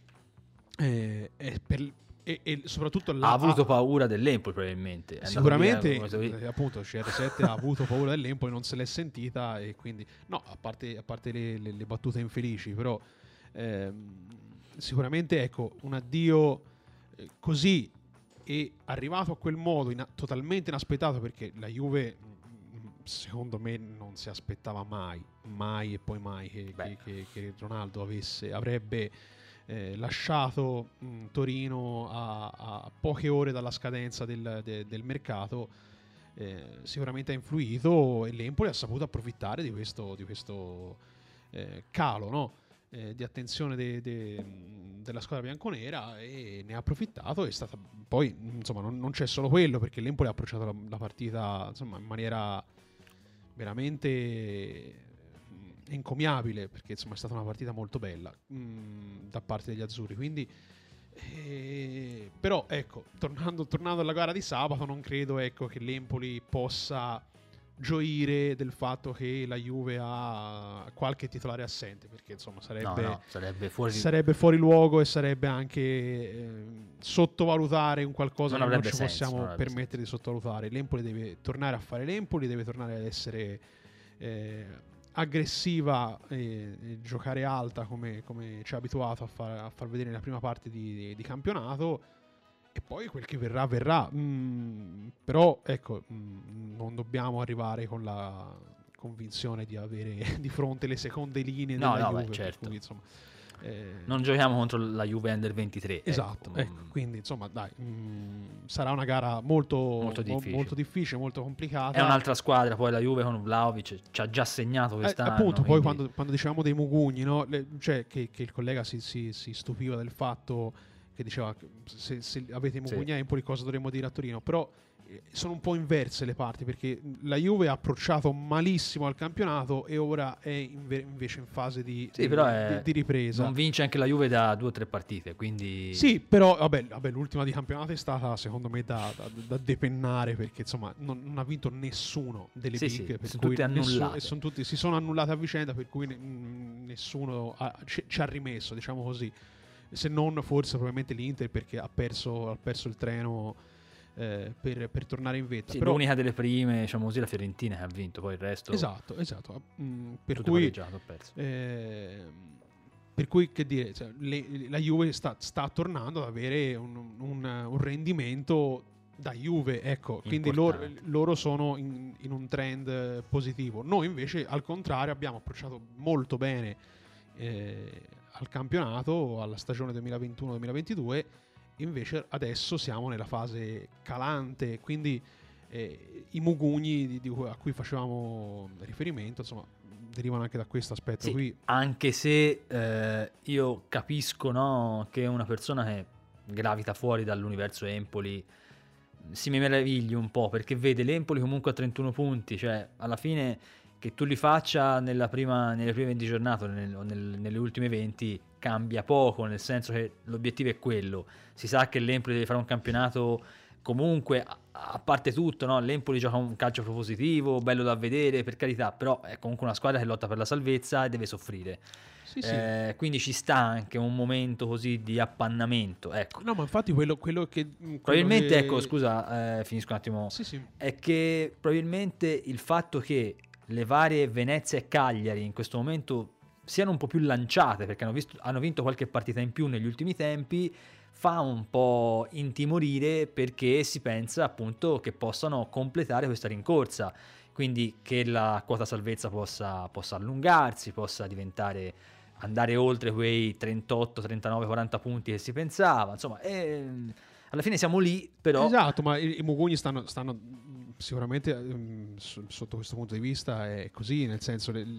eh, è per- e, e soprattutto là
Ha avuto paura dell'Empoli probabilmente. È andato
sicuramente
via, come detto lì.
eh, appunto C R sette ha avuto paura dell'Empoli, non se l'è sentita, e quindi no, a parte, a parte le, le- le battute infelici, però ehm, sicuramente ecco un addio eh, così, e arrivato a quel modo ina- totalmente inaspettato, perché la Juve mm, secondo me non si aspettava mai mai e poi mai che,
Beh.
che- che- che Ronaldo avesse avrebbe eh, lasciato mh, Torino a, a poche ore dalla scadenza del, de- del mercato. Eh, sicuramente ha influito, e l'Empoli ha saputo approfittare di questo, di questo eh, calo, no? Eh, di attenzione de- de- della squadra bianconera, e ne ha approfittato. È stata poi insomma non, non c'è solo quello, perché l'Empoli ha approcciato la, la partita insomma in maniera veramente mh, encomiabile, perché insomma è stata una partita molto bella mh, da parte degli azzurri, quindi eh, però ecco, tornando, tornando alla gara di sabato, non credo ecco, che l'Empoli possa gioire del fatto che la Juve ha qualche titolare assente, perché insomma
No,
sarebbe,
no, sarebbe fuori.
sarebbe fuori luogo, e sarebbe anche eh, sottovalutare un qualcosa
Non
che non
avrebbe
ci
senso,
possiamo
non avrebbe
permettere di sottovalutare. L'Empoli deve tornare a fare l'Empoli, deve tornare ad essere eh, aggressiva e, e giocare alta come, come ci ha abituato a far, a far vedere nella prima parte di, di- di campionato, e poi quel che verrà verrà. Mm, però ecco, mm, non dobbiamo arrivare con la convinzione di avere di fronte le seconde linee
No,
della
no, beh,
Juve, per
certo.
cui, insomma, eh,
Non giochiamo contro la Juve Under ventitré.
esatto,
ecco.
ecco, quindi insomma dai, mm, sarà una gara molto,
Molto
mo-
difficile.
molto difficile, molto complicata.
È un'altra squadra, poi la Juve con Vlahovic ci ha già segnato
Eh,
quest'anno.
appunto, poi
quindi-
quando, quando dicevamo dei mugugni, no? Le- cioè che, che il collega si, si- si stupiva del fatto che diceva che se, se avete i mugugni
Sì.
a Empoli cosa dovremmo dire a Torino, però eh, sono un po' inverse le parti, perché la Juve ha approcciato malissimo al campionato e ora è inve- invece in fase di,
Sì,
di-
però è-
di- di ripresa.
non vince anche la Juve da due o tre partite, quindi...
Sì, però vabbè, vabbè, l'ultima di campionato è stata secondo me da, da- da depennare, perché insomma non, non ha vinto nessuno delle
Sì,
big,
sì,
per
sono
cui
tutte
nessuno-
annullate.
e sono tutti, si sono annullate a vicenda, per cui ne- mh, nessuno ha- ci, ci ha rimesso, diciamo così, se non forse probabilmente l'Inter, perché ha perso, ha perso il treno eh, per, per tornare in vetta.
Sì,
Però,
l'unica delle prime, diciamo così, la Fiorentina che ha vinto, poi il resto...
esatto, esatto. mh, per
tutto
cui
pareggiato, ha perso.
Eh, per cui che dire, cioè, le- la Juve sta, sta tornando ad avere un, un- un rendimento da Juve, ecco, quindi loro,
Importante.
loro sono in, in un trend eh, positivo. Noi invece al contrario abbiamo approcciato molto bene eh, al campionato, alla stagione duemilaventuno duemilaventidue, invece adesso siamo nella fase calante, quindi eh, i mugugni di- di cui- a cui facevamo riferimento insomma derivano anche da questo aspetto
Sì,
qui.
anche se eh, io capisco, no, che una persona che gravita fuori dall'universo Empoli si meravigli un po', perché vede l'Empoli comunque a trentuno punti, cioè alla fine che tu li faccia nella prima, nelle prime venti giornate o nel- o nel- nelle ultime venti cambia poco, nel senso che l'obiettivo è quello. Si sa che l'Empoli deve fare un campionato comunque, a, a parte tutto, no? L'Empoli gioca un calcio propositivo, bello da vedere, per carità, però è comunque una squadra che lotta per la salvezza e deve soffrire.
Sì, sì.
Eh, quindi ci sta anche un momento così di appannamento, ecco.
No, ma infatti quello, quello che quello
Probabilmente,
che-
ecco, scusa, eh, finisco un attimo.
Sì, sì.
È che probabilmente il fatto che le varie Venezia e Cagliari in questo momento siano un po' più lanciate, perché hanno, visto, hanno vinto qualche partita in più negli ultimi tempi, fa un po' intimorire, perché si pensa appunto che possano completare questa rincorsa, quindi che la quota salvezza possa, possa allungarsi, possa diventare andare oltre quei trentotto, trentanove, quaranta punti che si pensava, insomma, e alla fine siamo lì, però...
Esatto, ma i, i Mugugni stanno, stanno sicuramente um, s- sotto questo punto di vista è così, nel senso le,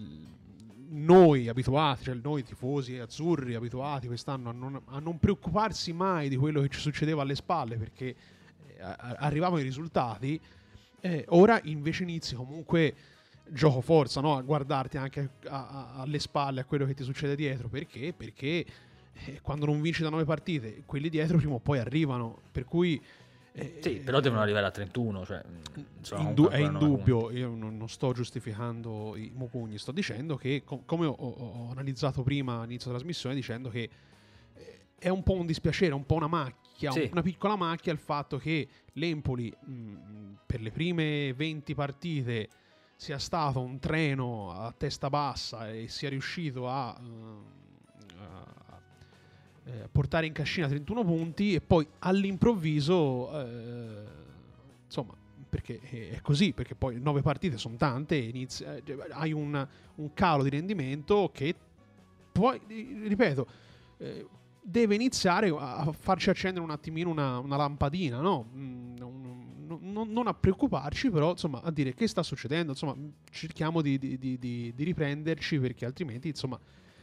noi abituati, cioè noi tifosi azzurri abituati quest'anno a non, a non preoccuparsi mai di quello che ci succedeva alle spalle, perché eh, a- arrivavano i risultati, eh, ora invece inizi comunque gioco forza, no? A guardarti anche a- a- alle spalle a quello che ti succede dietro, perché? Perché eh, quando non vinci da nove partite, quelli dietro prima o poi arrivano, per cui eh,
Sì, però devono arrivare a trentuno, cioè, insomma,
indu-
comunque
è
ancora nove
indubbio, io non, non sto giustificando i Mugugni, sto dicendo che, com- come ho, ho- ho analizzato prima all'inizio della trasmissione, dicendo che eh, è un po' un dispiacere, un po' una macchia,
Sì.
un- una piccola macchia il fatto che l'Empoli mh, per le prime venti partite sia stato un treno a testa bassa e sia riuscito a, uh, a eh, portare in cascina trentuno punti, e poi all'improvviso eh, insomma, perché è così, perché poi nove partite sono tante, inizia, hai un, un calo di rendimento che poi, ripeto, eh, deve iniziare a farci accendere un attimino una, una lampadina, no? Mm, non, non, non a preoccuparci, però insomma a dire che sta succedendo, insomma cerchiamo di, di, di, di, di riprenderci, perché altrimenti insomma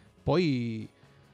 poi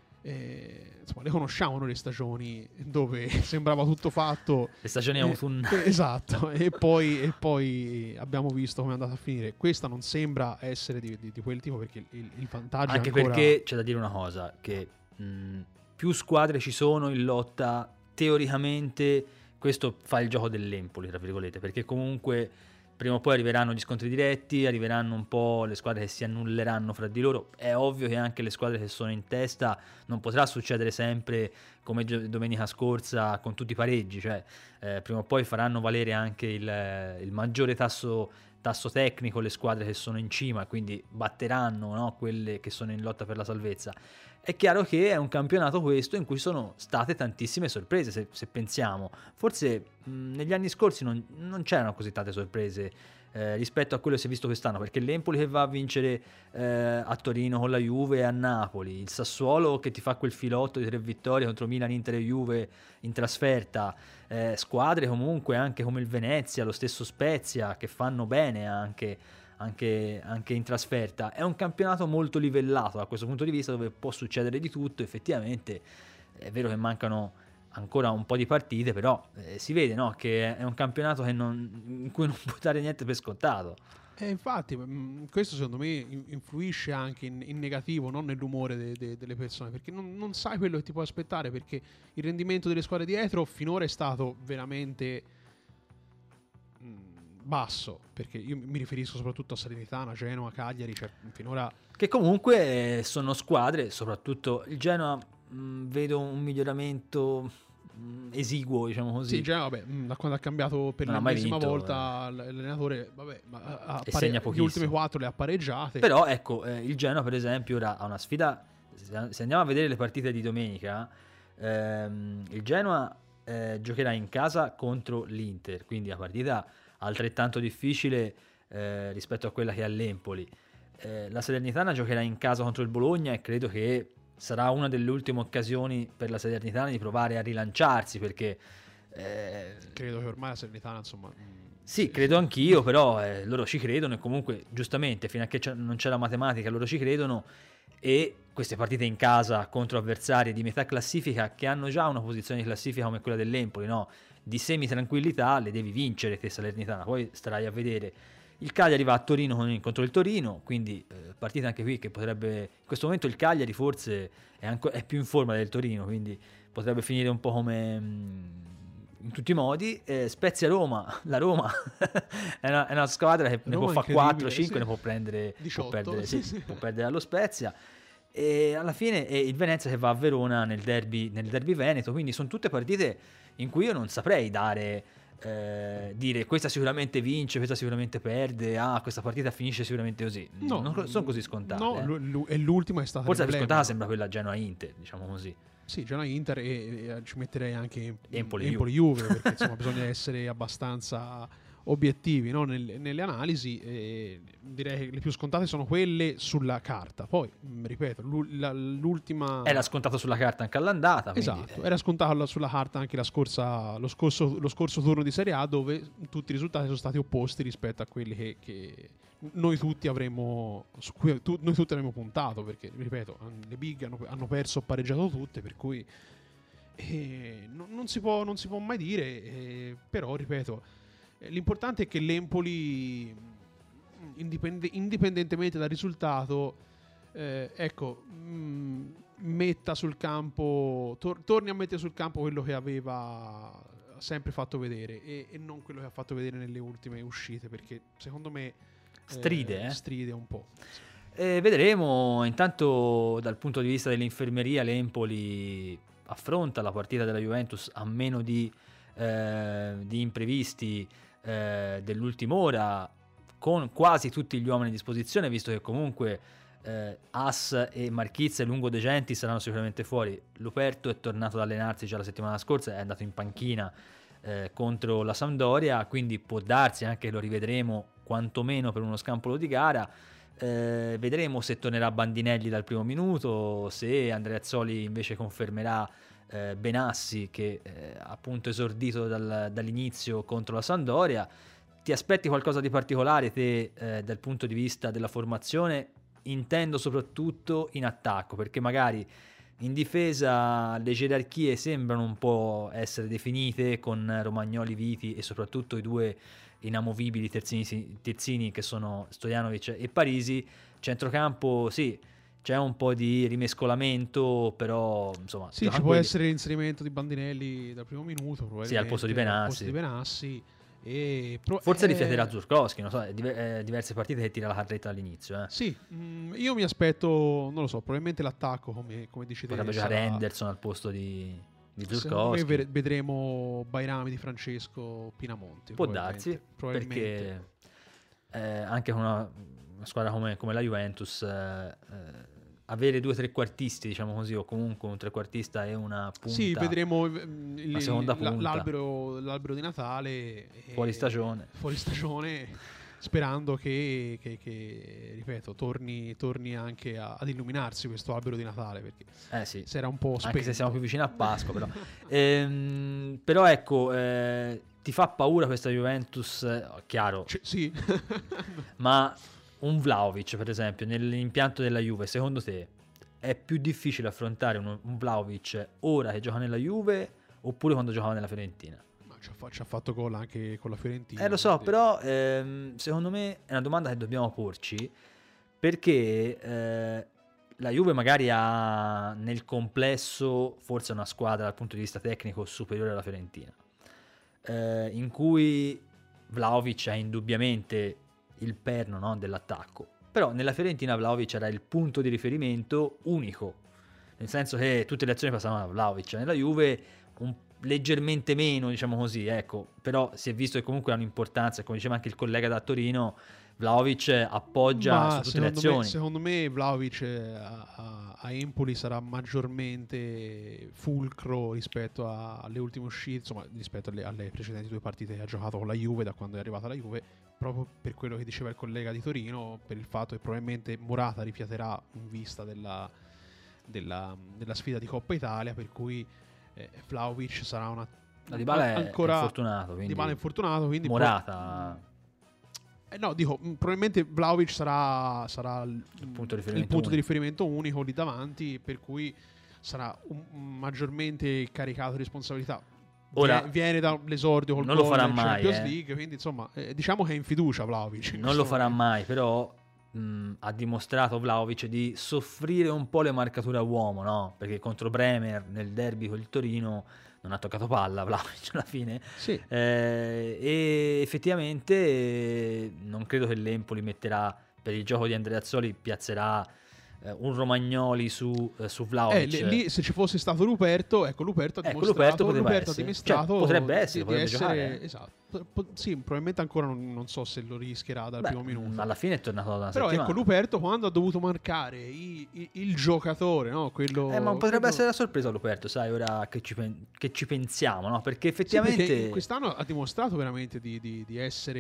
eh, insomma le conosciamo noi le stagioni dove sembrava tutto fatto,
le stagioni
eh,
autunno
eh, esatto, e poi, e poi abbiamo visto come è andata a finire. Questa non sembra essere di, di, di quel tipo, perché il, il vantaggio
anche
ancora...
perché c'è da dire una cosa, che mh, più squadre ci sono in lotta, teoricamente questo fa il gioco dell'Empoli, tra virgolette, perché comunque prima o poi arriveranno gli scontri diretti, arriveranno un po' le squadre che si annulleranno fra di loro. È ovvio che anche le squadre che sono in testa non potrà succedere sempre come gio- domenica scorsa con tutti i pareggi, cioè eh, prima o poi faranno valere anche il, il maggiore tasso, tasso tecnico le squadre che sono in cima, quindi batteranno, no, quelle che sono in lotta per la salvezza. È chiaro che è un campionato questo in cui sono state tantissime sorprese, se, se pensiamo. Forse mh, negli anni scorsi non, non c'erano così tante sorprese eh, rispetto a quello che si è visto quest'anno, perché l'Empoli che va a vincere eh, a Torino con la Juve e a Napoli, il Sassuolo che ti fa quel filotto di tre vittorie contro Milan, Inter e Juve in trasferta, eh, squadre comunque anche come il Venezia, lo stesso Spezia, che fanno bene anche... Anche, anche in trasferta. È un campionato molto livellato da questo punto di vista, dove può succedere di tutto. Effettivamente è vero che mancano ancora un po' di partite, però eh, si vede, no, che è un campionato che non, in cui non puoi dare niente per scontato.
E infatti mh, questo secondo me in- influisce anche in, in negativo, non nell'umore de- de- delle persone, perché non, non sai quello che ti puoi aspettare, perché il rendimento delle squadre dietro finora è stato veramente mh, basso, perché io mi riferisco soprattutto a Salernitana, Genoa, Cagliari, cioè finora...
Che comunque sono squadre, soprattutto il Genoa, mh, vedo un miglioramento mh, esiguo, diciamo così.
Sì, Genoa, vabbè, mh, da quando ha cambiato per
Non ha mai
l'ennesima
vinto,
volta l'allenatore, vabbè, ma ha- ha
E
pare-
segna
le
pochissimo.
ultime quattro le ha pareggiate.
Però ecco, eh, il Genoa per esempio ora ha una sfida, se se andiamo a vedere le partite di domenica, ehm, il Genoa eh, giocherà in casa contro l'Inter, quindi la partita altrettanto difficile eh, rispetto a quella che ha l'Empoli. Eh, la Salernitana giocherà in casa contro il Bologna e credo che sarà una delle ultime occasioni per la Salernitana di provare a rilanciarsi, perché eh,
Credo che ormai la Salernitana, insomma... mh,
sì, credo anch'io, però eh, loro ci credono e comunque giustamente fino a che c'è- non c'è la matematica loro ci credono, e queste partite in casa contro avversari di metà classifica che hanno già una posizione di classifica come quella dell'Empoli, no? Di semi tranquillità, le devi vincere te Salernitana, poi starai a vedere. Il Cagliari va a Torino con- contro il Torino, quindi eh, partita anche qui che potrebbe, in questo momento il Cagliari forse è, anco- è più in forma del Torino, quindi potrebbe finire un po' come mh, in tutti i modi. eh, Spezia-Roma, la Roma è, una, è una squadra che ne
Roma
può fare
incredibile,
quattro cinque,
sì.
ne può prendere, può
diciotto,
perdere,
sì,
sì,
sì.
può perdere allo Spezia. E alla fine è il Venezia che va a Verona nel derby, nel derby veneto, quindi sono tutte partite in cui io non saprei dare eh, dire questa sicuramente vince, questa sicuramente perde, ah questa partita finisce sicuramente così.
No,
non sono così scontate.
No,
eh.
lu- lu- e l'ultima è stata
Forse la più
l'emblema.
scontata sembra quella Genoa-Inter, diciamo così.
Sì, Genoa-Inter e, e ci metterei anche
Empoli-Juve.
Empoli-Juve, perché insomma bisogna essere abbastanza obiettivi, no? Nel, nelle analisi, eh, direi che le più scontate sono quelle sulla carta. Poi, mh, ripeto, l'u- la- l'ultima...
Era scontato sulla carta anche all'andata. Quindi,
Esatto,
eh,
era scontato sulla carta anche la scorsa, lo, scorso, lo scorso turno di Serie A, dove tutti i risultati sono stati opposti rispetto a quelli che, che noi tutti avremmo su cui tu- noi tutti avremmo puntato, perché ripeto, le big hanno, hanno perso o pareggiato tutte, per cui eh, non, non si può, non si può mai dire, eh, però ripeto, eh, l'importante è che l'Empoli, indipende- indipendentemente dal risultato, eh, ecco, mh, metta sul campo, tor- torni a mettere sul campo quello che aveva sempre fatto vedere, e, e non quello che ha fatto vedere nelle ultime uscite, perché secondo me
stride, eh?
stride un po'.
E vedremo. Intanto dal punto di vista dell'infermeria l'Empoli affronta la partita della Juventus a meno di, eh, di imprevisti eh, dell'ultima ora, con quasi tutti gli uomini a disposizione, visto che comunque eh, As e Marchizza e Lungo De Genti saranno sicuramente fuori. Luperto è tornato ad allenarsi già la settimana scorsa, è andato in panchina eh, contro la Sampdoria, quindi può darsi anche che lo rivedremo quantomeno per uno scampolo di gara. Eh, vedremo se tornerà Bandinelli dal primo minuto, se Andreazzoli invece confermerà eh, Benassi, che eh, appunto esordito dal, dall'inizio contro la Sampdoria. Ti aspetti qualcosa di particolare te eh, dal punto di vista della formazione? Intendo soprattutto in attacco, perché magari in difesa le gerarchie sembrano un po' essere definite con Romagnoli, Viti e soprattutto i due inamovibili terzini, terzini che sono Stojanovic e Parisi. Centrocampo sì, c'è un po' di rimescolamento, però insomma
Sì, ci può quelli. essere l'inserimento di Bandinelli dal primo minuto, probabilmente,
sì, al posto di Benassi,
al posto di Benassi. E pro-
forse
eh,
rifletterà Zurkowski, non so, è diver- è diverse partite che tira la carretta all'inizio. Eh.
Sì, mh, io mi aspetto, non lo so, probabilmente l'attacco, come, come dici te.
Potrebbe giocare
sarà...
Henderson al posto di, di
Secondo me
Zurkowski.
vedremo Bairami di Francesco, Pinamonti.
Può darsi,
probabilmente.
Perché eh, anche con una, una squadra come, come la Juventus... Eh, eh, avere due trequartisti, diciamo così, o comunque un trequartista e una punta.
Sì, vedremo il,
la seconda punta.
L'albero, l'albero di Natale.
Fuori stagione.
Fuori stagione, sperando che, che, che ripeto, torni, torni anche a, ad illuminarsi questo albero di Natale, perché
eh sì.
si era un po' spento.
Anche se siamo più vicini a Pasqua, però. ehm, però ecco, eh, ti fa paura questa Juventus, eh, chiaro.
C- sì.
Ma... un Vlahovic, per esempio, nell'impianto della Juve, secondo te è più difficile affrontare un, un Vlahovic ora che gioca nella Juve oppure quando giocava nella Fiorentina?
Ma ci ha, fa- ci ha fatto gol anche con la Fiorentina.
Eh lo so, però ehm, secondo me è una domanda che dobbiamo porci, perché eh, la Juve magari ha nel complesso forse una squadra dal punto di vista tecnico superiore alla Fiorentina, eh, in cui Vlahovic è indubbiamente il perno, no, dell'attacco, però nella Fiorentina Vlahovic era il punto di riferimento unico, nel senso che tutte le azioni passavano da Vlahovic. Nella Juve un, leggermente meno, diciamo così, ecco, però si è visto che comunque ha un'importanza, come diceva anche il collega da Torino, Vlahovic appoggia
Ma
su tutte le
secondo
azioni.
Me, secondo me Vlahovic a, a, a Empoli sarà maggiormente fulcro rispetto a, alle ultime uscite, insomma rispetto alle, alle precedenti due partite che ha giocato con la Juve da quando è arrivata la Juve, proprio per quello che diceva il collega di Torino, per il fatto che probabilmente Morata rifiaterà in vista della, della, della sfida di Coppa Italia, per cui eh, Vlahovic sarà una...
La Dybala è
ancora
infortunato, quindi
Dybala è infortunato, quindi
Morata...
Pro- Eh no, dico, mh, probabilmente Vlahovic sarà, sarà il,
il punto, di
il
riferimento,
punto di riferimento unico lì davanti, per cui sarà un, maggiormente caricato di responsabilità.
Ora,
Vie- viene dall'esordio col
non lo
gol
farà
in
mai,
Champions
eh.
League, quindi insomma eh, diciamo che è in fiducia Vlahovic.
non lo farà mai, però mh, ha dimostrato Vlahovic di soffrire un po' le marcature a uomo, no? Perché contro Bremer nel derby con il Torino non ha toccato palla Vlahovic alla fine,
sì.
eh, e effettivamente eh, non credo che l'Empoli metterà, per il gioco di Andreazzoli piazzerà eh, un Romagnoli su, eh, su Vlahovic.
Eh, lì, se ci fosse stato Luperto, ecco, Luperto ha
Ecco,
dimostrato,
Luperto poteva
Luperto ha
essere.
dimostrato
Cioè, potrebbe essere,
di,
potrebbe
di essere
giocare.
esatto. Po- sì, probabilmente ancora non, non so se lo rischierà dal
Beh,
primo minuto.
alla fine è tornato da una
Però
settimana.
ecco, Luperto quando ha dovuto marcare i- i- il giocatore, no? Quello,
Eh, ma potrebbe
quello-
essere la sorpresa Luperto, sai, ora che ci, pen- che ci pensiamo, no? Perché
Sì,
effettivamente...
perché quest'anno ha dimostrato veramente di, di- di essere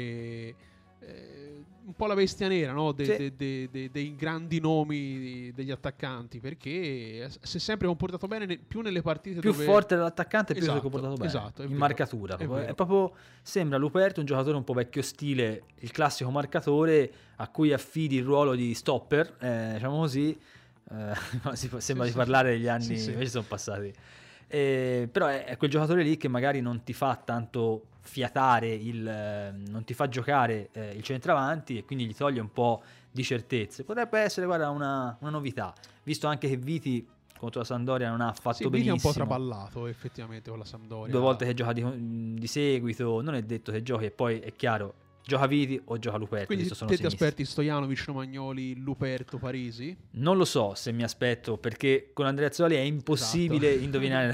eh, un po' la bestia nera, no? De-
Sì.
de- de- de- dei grandi nomi di- degli attaccanti, perché si è sempre comportato bene ne- più nelle partite
più
dove...
forte dell'attaccante, più si è
Esatto,
comportato bene
esatto, è
in
vero,
marcatura.
è
proprio.
vero.
È proprio, sembra Luperto un giocatore un po' vecchio stile, il classico marcatore a cui affidi il ruolo di stopper, eh, diciamo così. Eh, si- sembra
Sì,
di
sì,
parlare
sì.
degli anni,
Sì, sì.
invece sono passati. Eh, però è, è quel giocatore lì che magari non ti fa tanto fiatare, il, eh, non ti fa giocare eh, il centravanti e quindi gli toglie un po' di certezze. Potrebbe essere, guarda, una, una novità, visto anche che Viti contro la Sampdoria non ha fatto
Sì, Viti è
benissimo.
un po' trapallato effettivamente con la Sampdoria.
Due volte che gioca di, di seguito, non è detto che giochi e poi è chiaro, gioca Viti o gioca Luperto.
Quindi
visto sono
te ti
sinistri.
aspetti Stojanovic, Romagnoli, Luperto, Parisi?
Non lo so se mi aspetto, perché con Andreazzoli è impossibile
Esatto.
indovinare.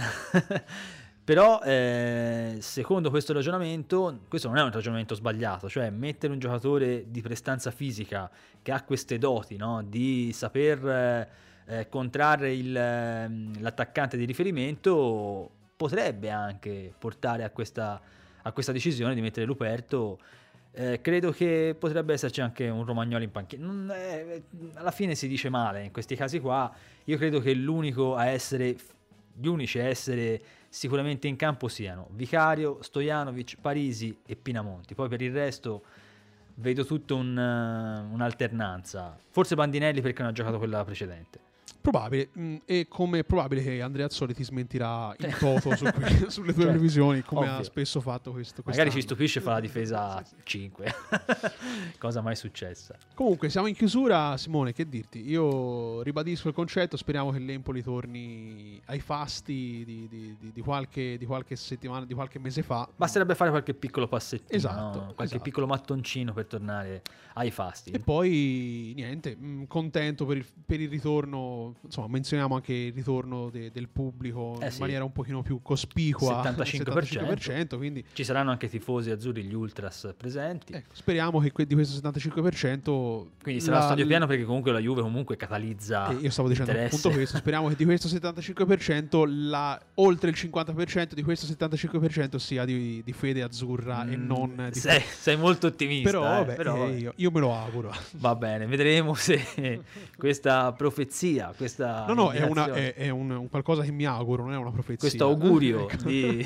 Però, eh, secondo questo ragionamento, questo non è un ragionamento sbagliato, cioè mettere un giocatore di prestanza fisica che ha queste doti, no? Di saper eh, eh, contrarre il, ehm, l'attaccante di riferimento, potrebbe anche portare a questa, a questa decisione di mettere Luperto. Eh, credo che potrebbe esserci anche un Romagnoli in panchina. Non è- alla fine si dice male in questi casi qua. Io credo che l'unico a essere, gli unici a essere sicuramente in campo siano Vicario, Stojanovic, Parisi e Pinamonti. Poi per il resto vedo tutto un, uh, un'alternanza. Forse Bandinelli perché non ha giocato quella precedente.
Probabile, mm, e come è probabile che Andreazzoli ti smentirà in toto su que- sulle tue
Cioè,
previsioni, come
ovvio.
ha spesso fatto questo
Magari ci
quest'anno.
stupisce e fa la difesa cinque. Cosa mai successa?
Comunque siamo in chiusura, Simone, che dirti? Io ribadisco il concetto, speriamo che l'Empoli torni ai fasti di, di- di- di qualche, di qualche settimana, di qualche mese fa.
Basterebbe fare qualche piccolo passettino,
Esatto,
no? Qualche
esatto.
piccolo mattoncino per tornare ai fasti.
E poi niente, mh, contento per il, per il ritorno, insomma menzioniamo anche il ritorno de- del pubblico
Eh
in
sì.
maniera un pochino più cospicua,
settantacinque per cento.
settantacinque per cento, quindi
Ci saranno anche i tifosi azzurri, gli ultras presenti.
ecco, speriamo che que- di questo settantacinque per cento
Quindi sarà
la-
stadio pieno perché comunque la Juve comunque catalizza
Eh, io stavo dicendo
interesse.
appunto questo, speriamo che di questo settantacinque per cento la, oltre il cinquanta per cento di questo settantacinque per cento sia di, di fede azzurra e
Mm,
non di
sei, sei molto ottimista.
però,
eh,
vabbè,
però
eh,
vabbè.
io, io me lo auguro.
Va bene, vedremo se questa profezia, questa
No, no, è, una,
indicazione,
è, è un, un qualcosa che mi auguro, non è una profezia.
questo augurio
Ecco.
di,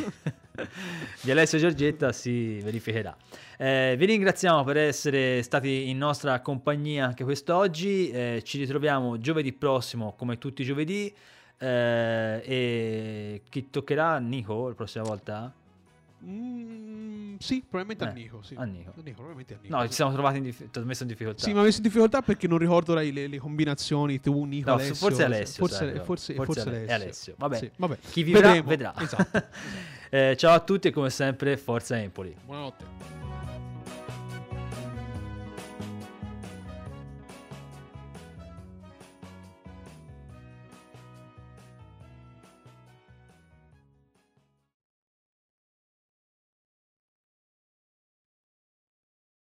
di Alessio Giorgetta si verificherà. Eh, vi ringraziamo per essere stati in nostra compagnia anche quest'oggi. Eh, ci ritroviamo giovedì prossimo, come tutti i giovedì. Eh, e chi toccherà? Nico la prossima volta?
Mm, sì, probabilmente a
Eh,
Nico. Sì.
a Nico.
A Nico, probabilmente a Nico.
No,
sì.
ci siamo trovati in dif- trasmesso in difficoltà.
Sì, ma ho messo in difficoltà perché non ricordo ora le, le combinazioni tu, Nico,
No,
Alessio.
forse Alessio.
Forse,
sarebbe.
forse,
Forse
forse
Ale-
Alessio.
è Alessio. Vabbè,
Sì, vabbè.
chi vivrà
Vedremo.
vedrà.
Esatto.
Eh, ciao a tutti e come sempre Forza Empoli.
Buonanotte.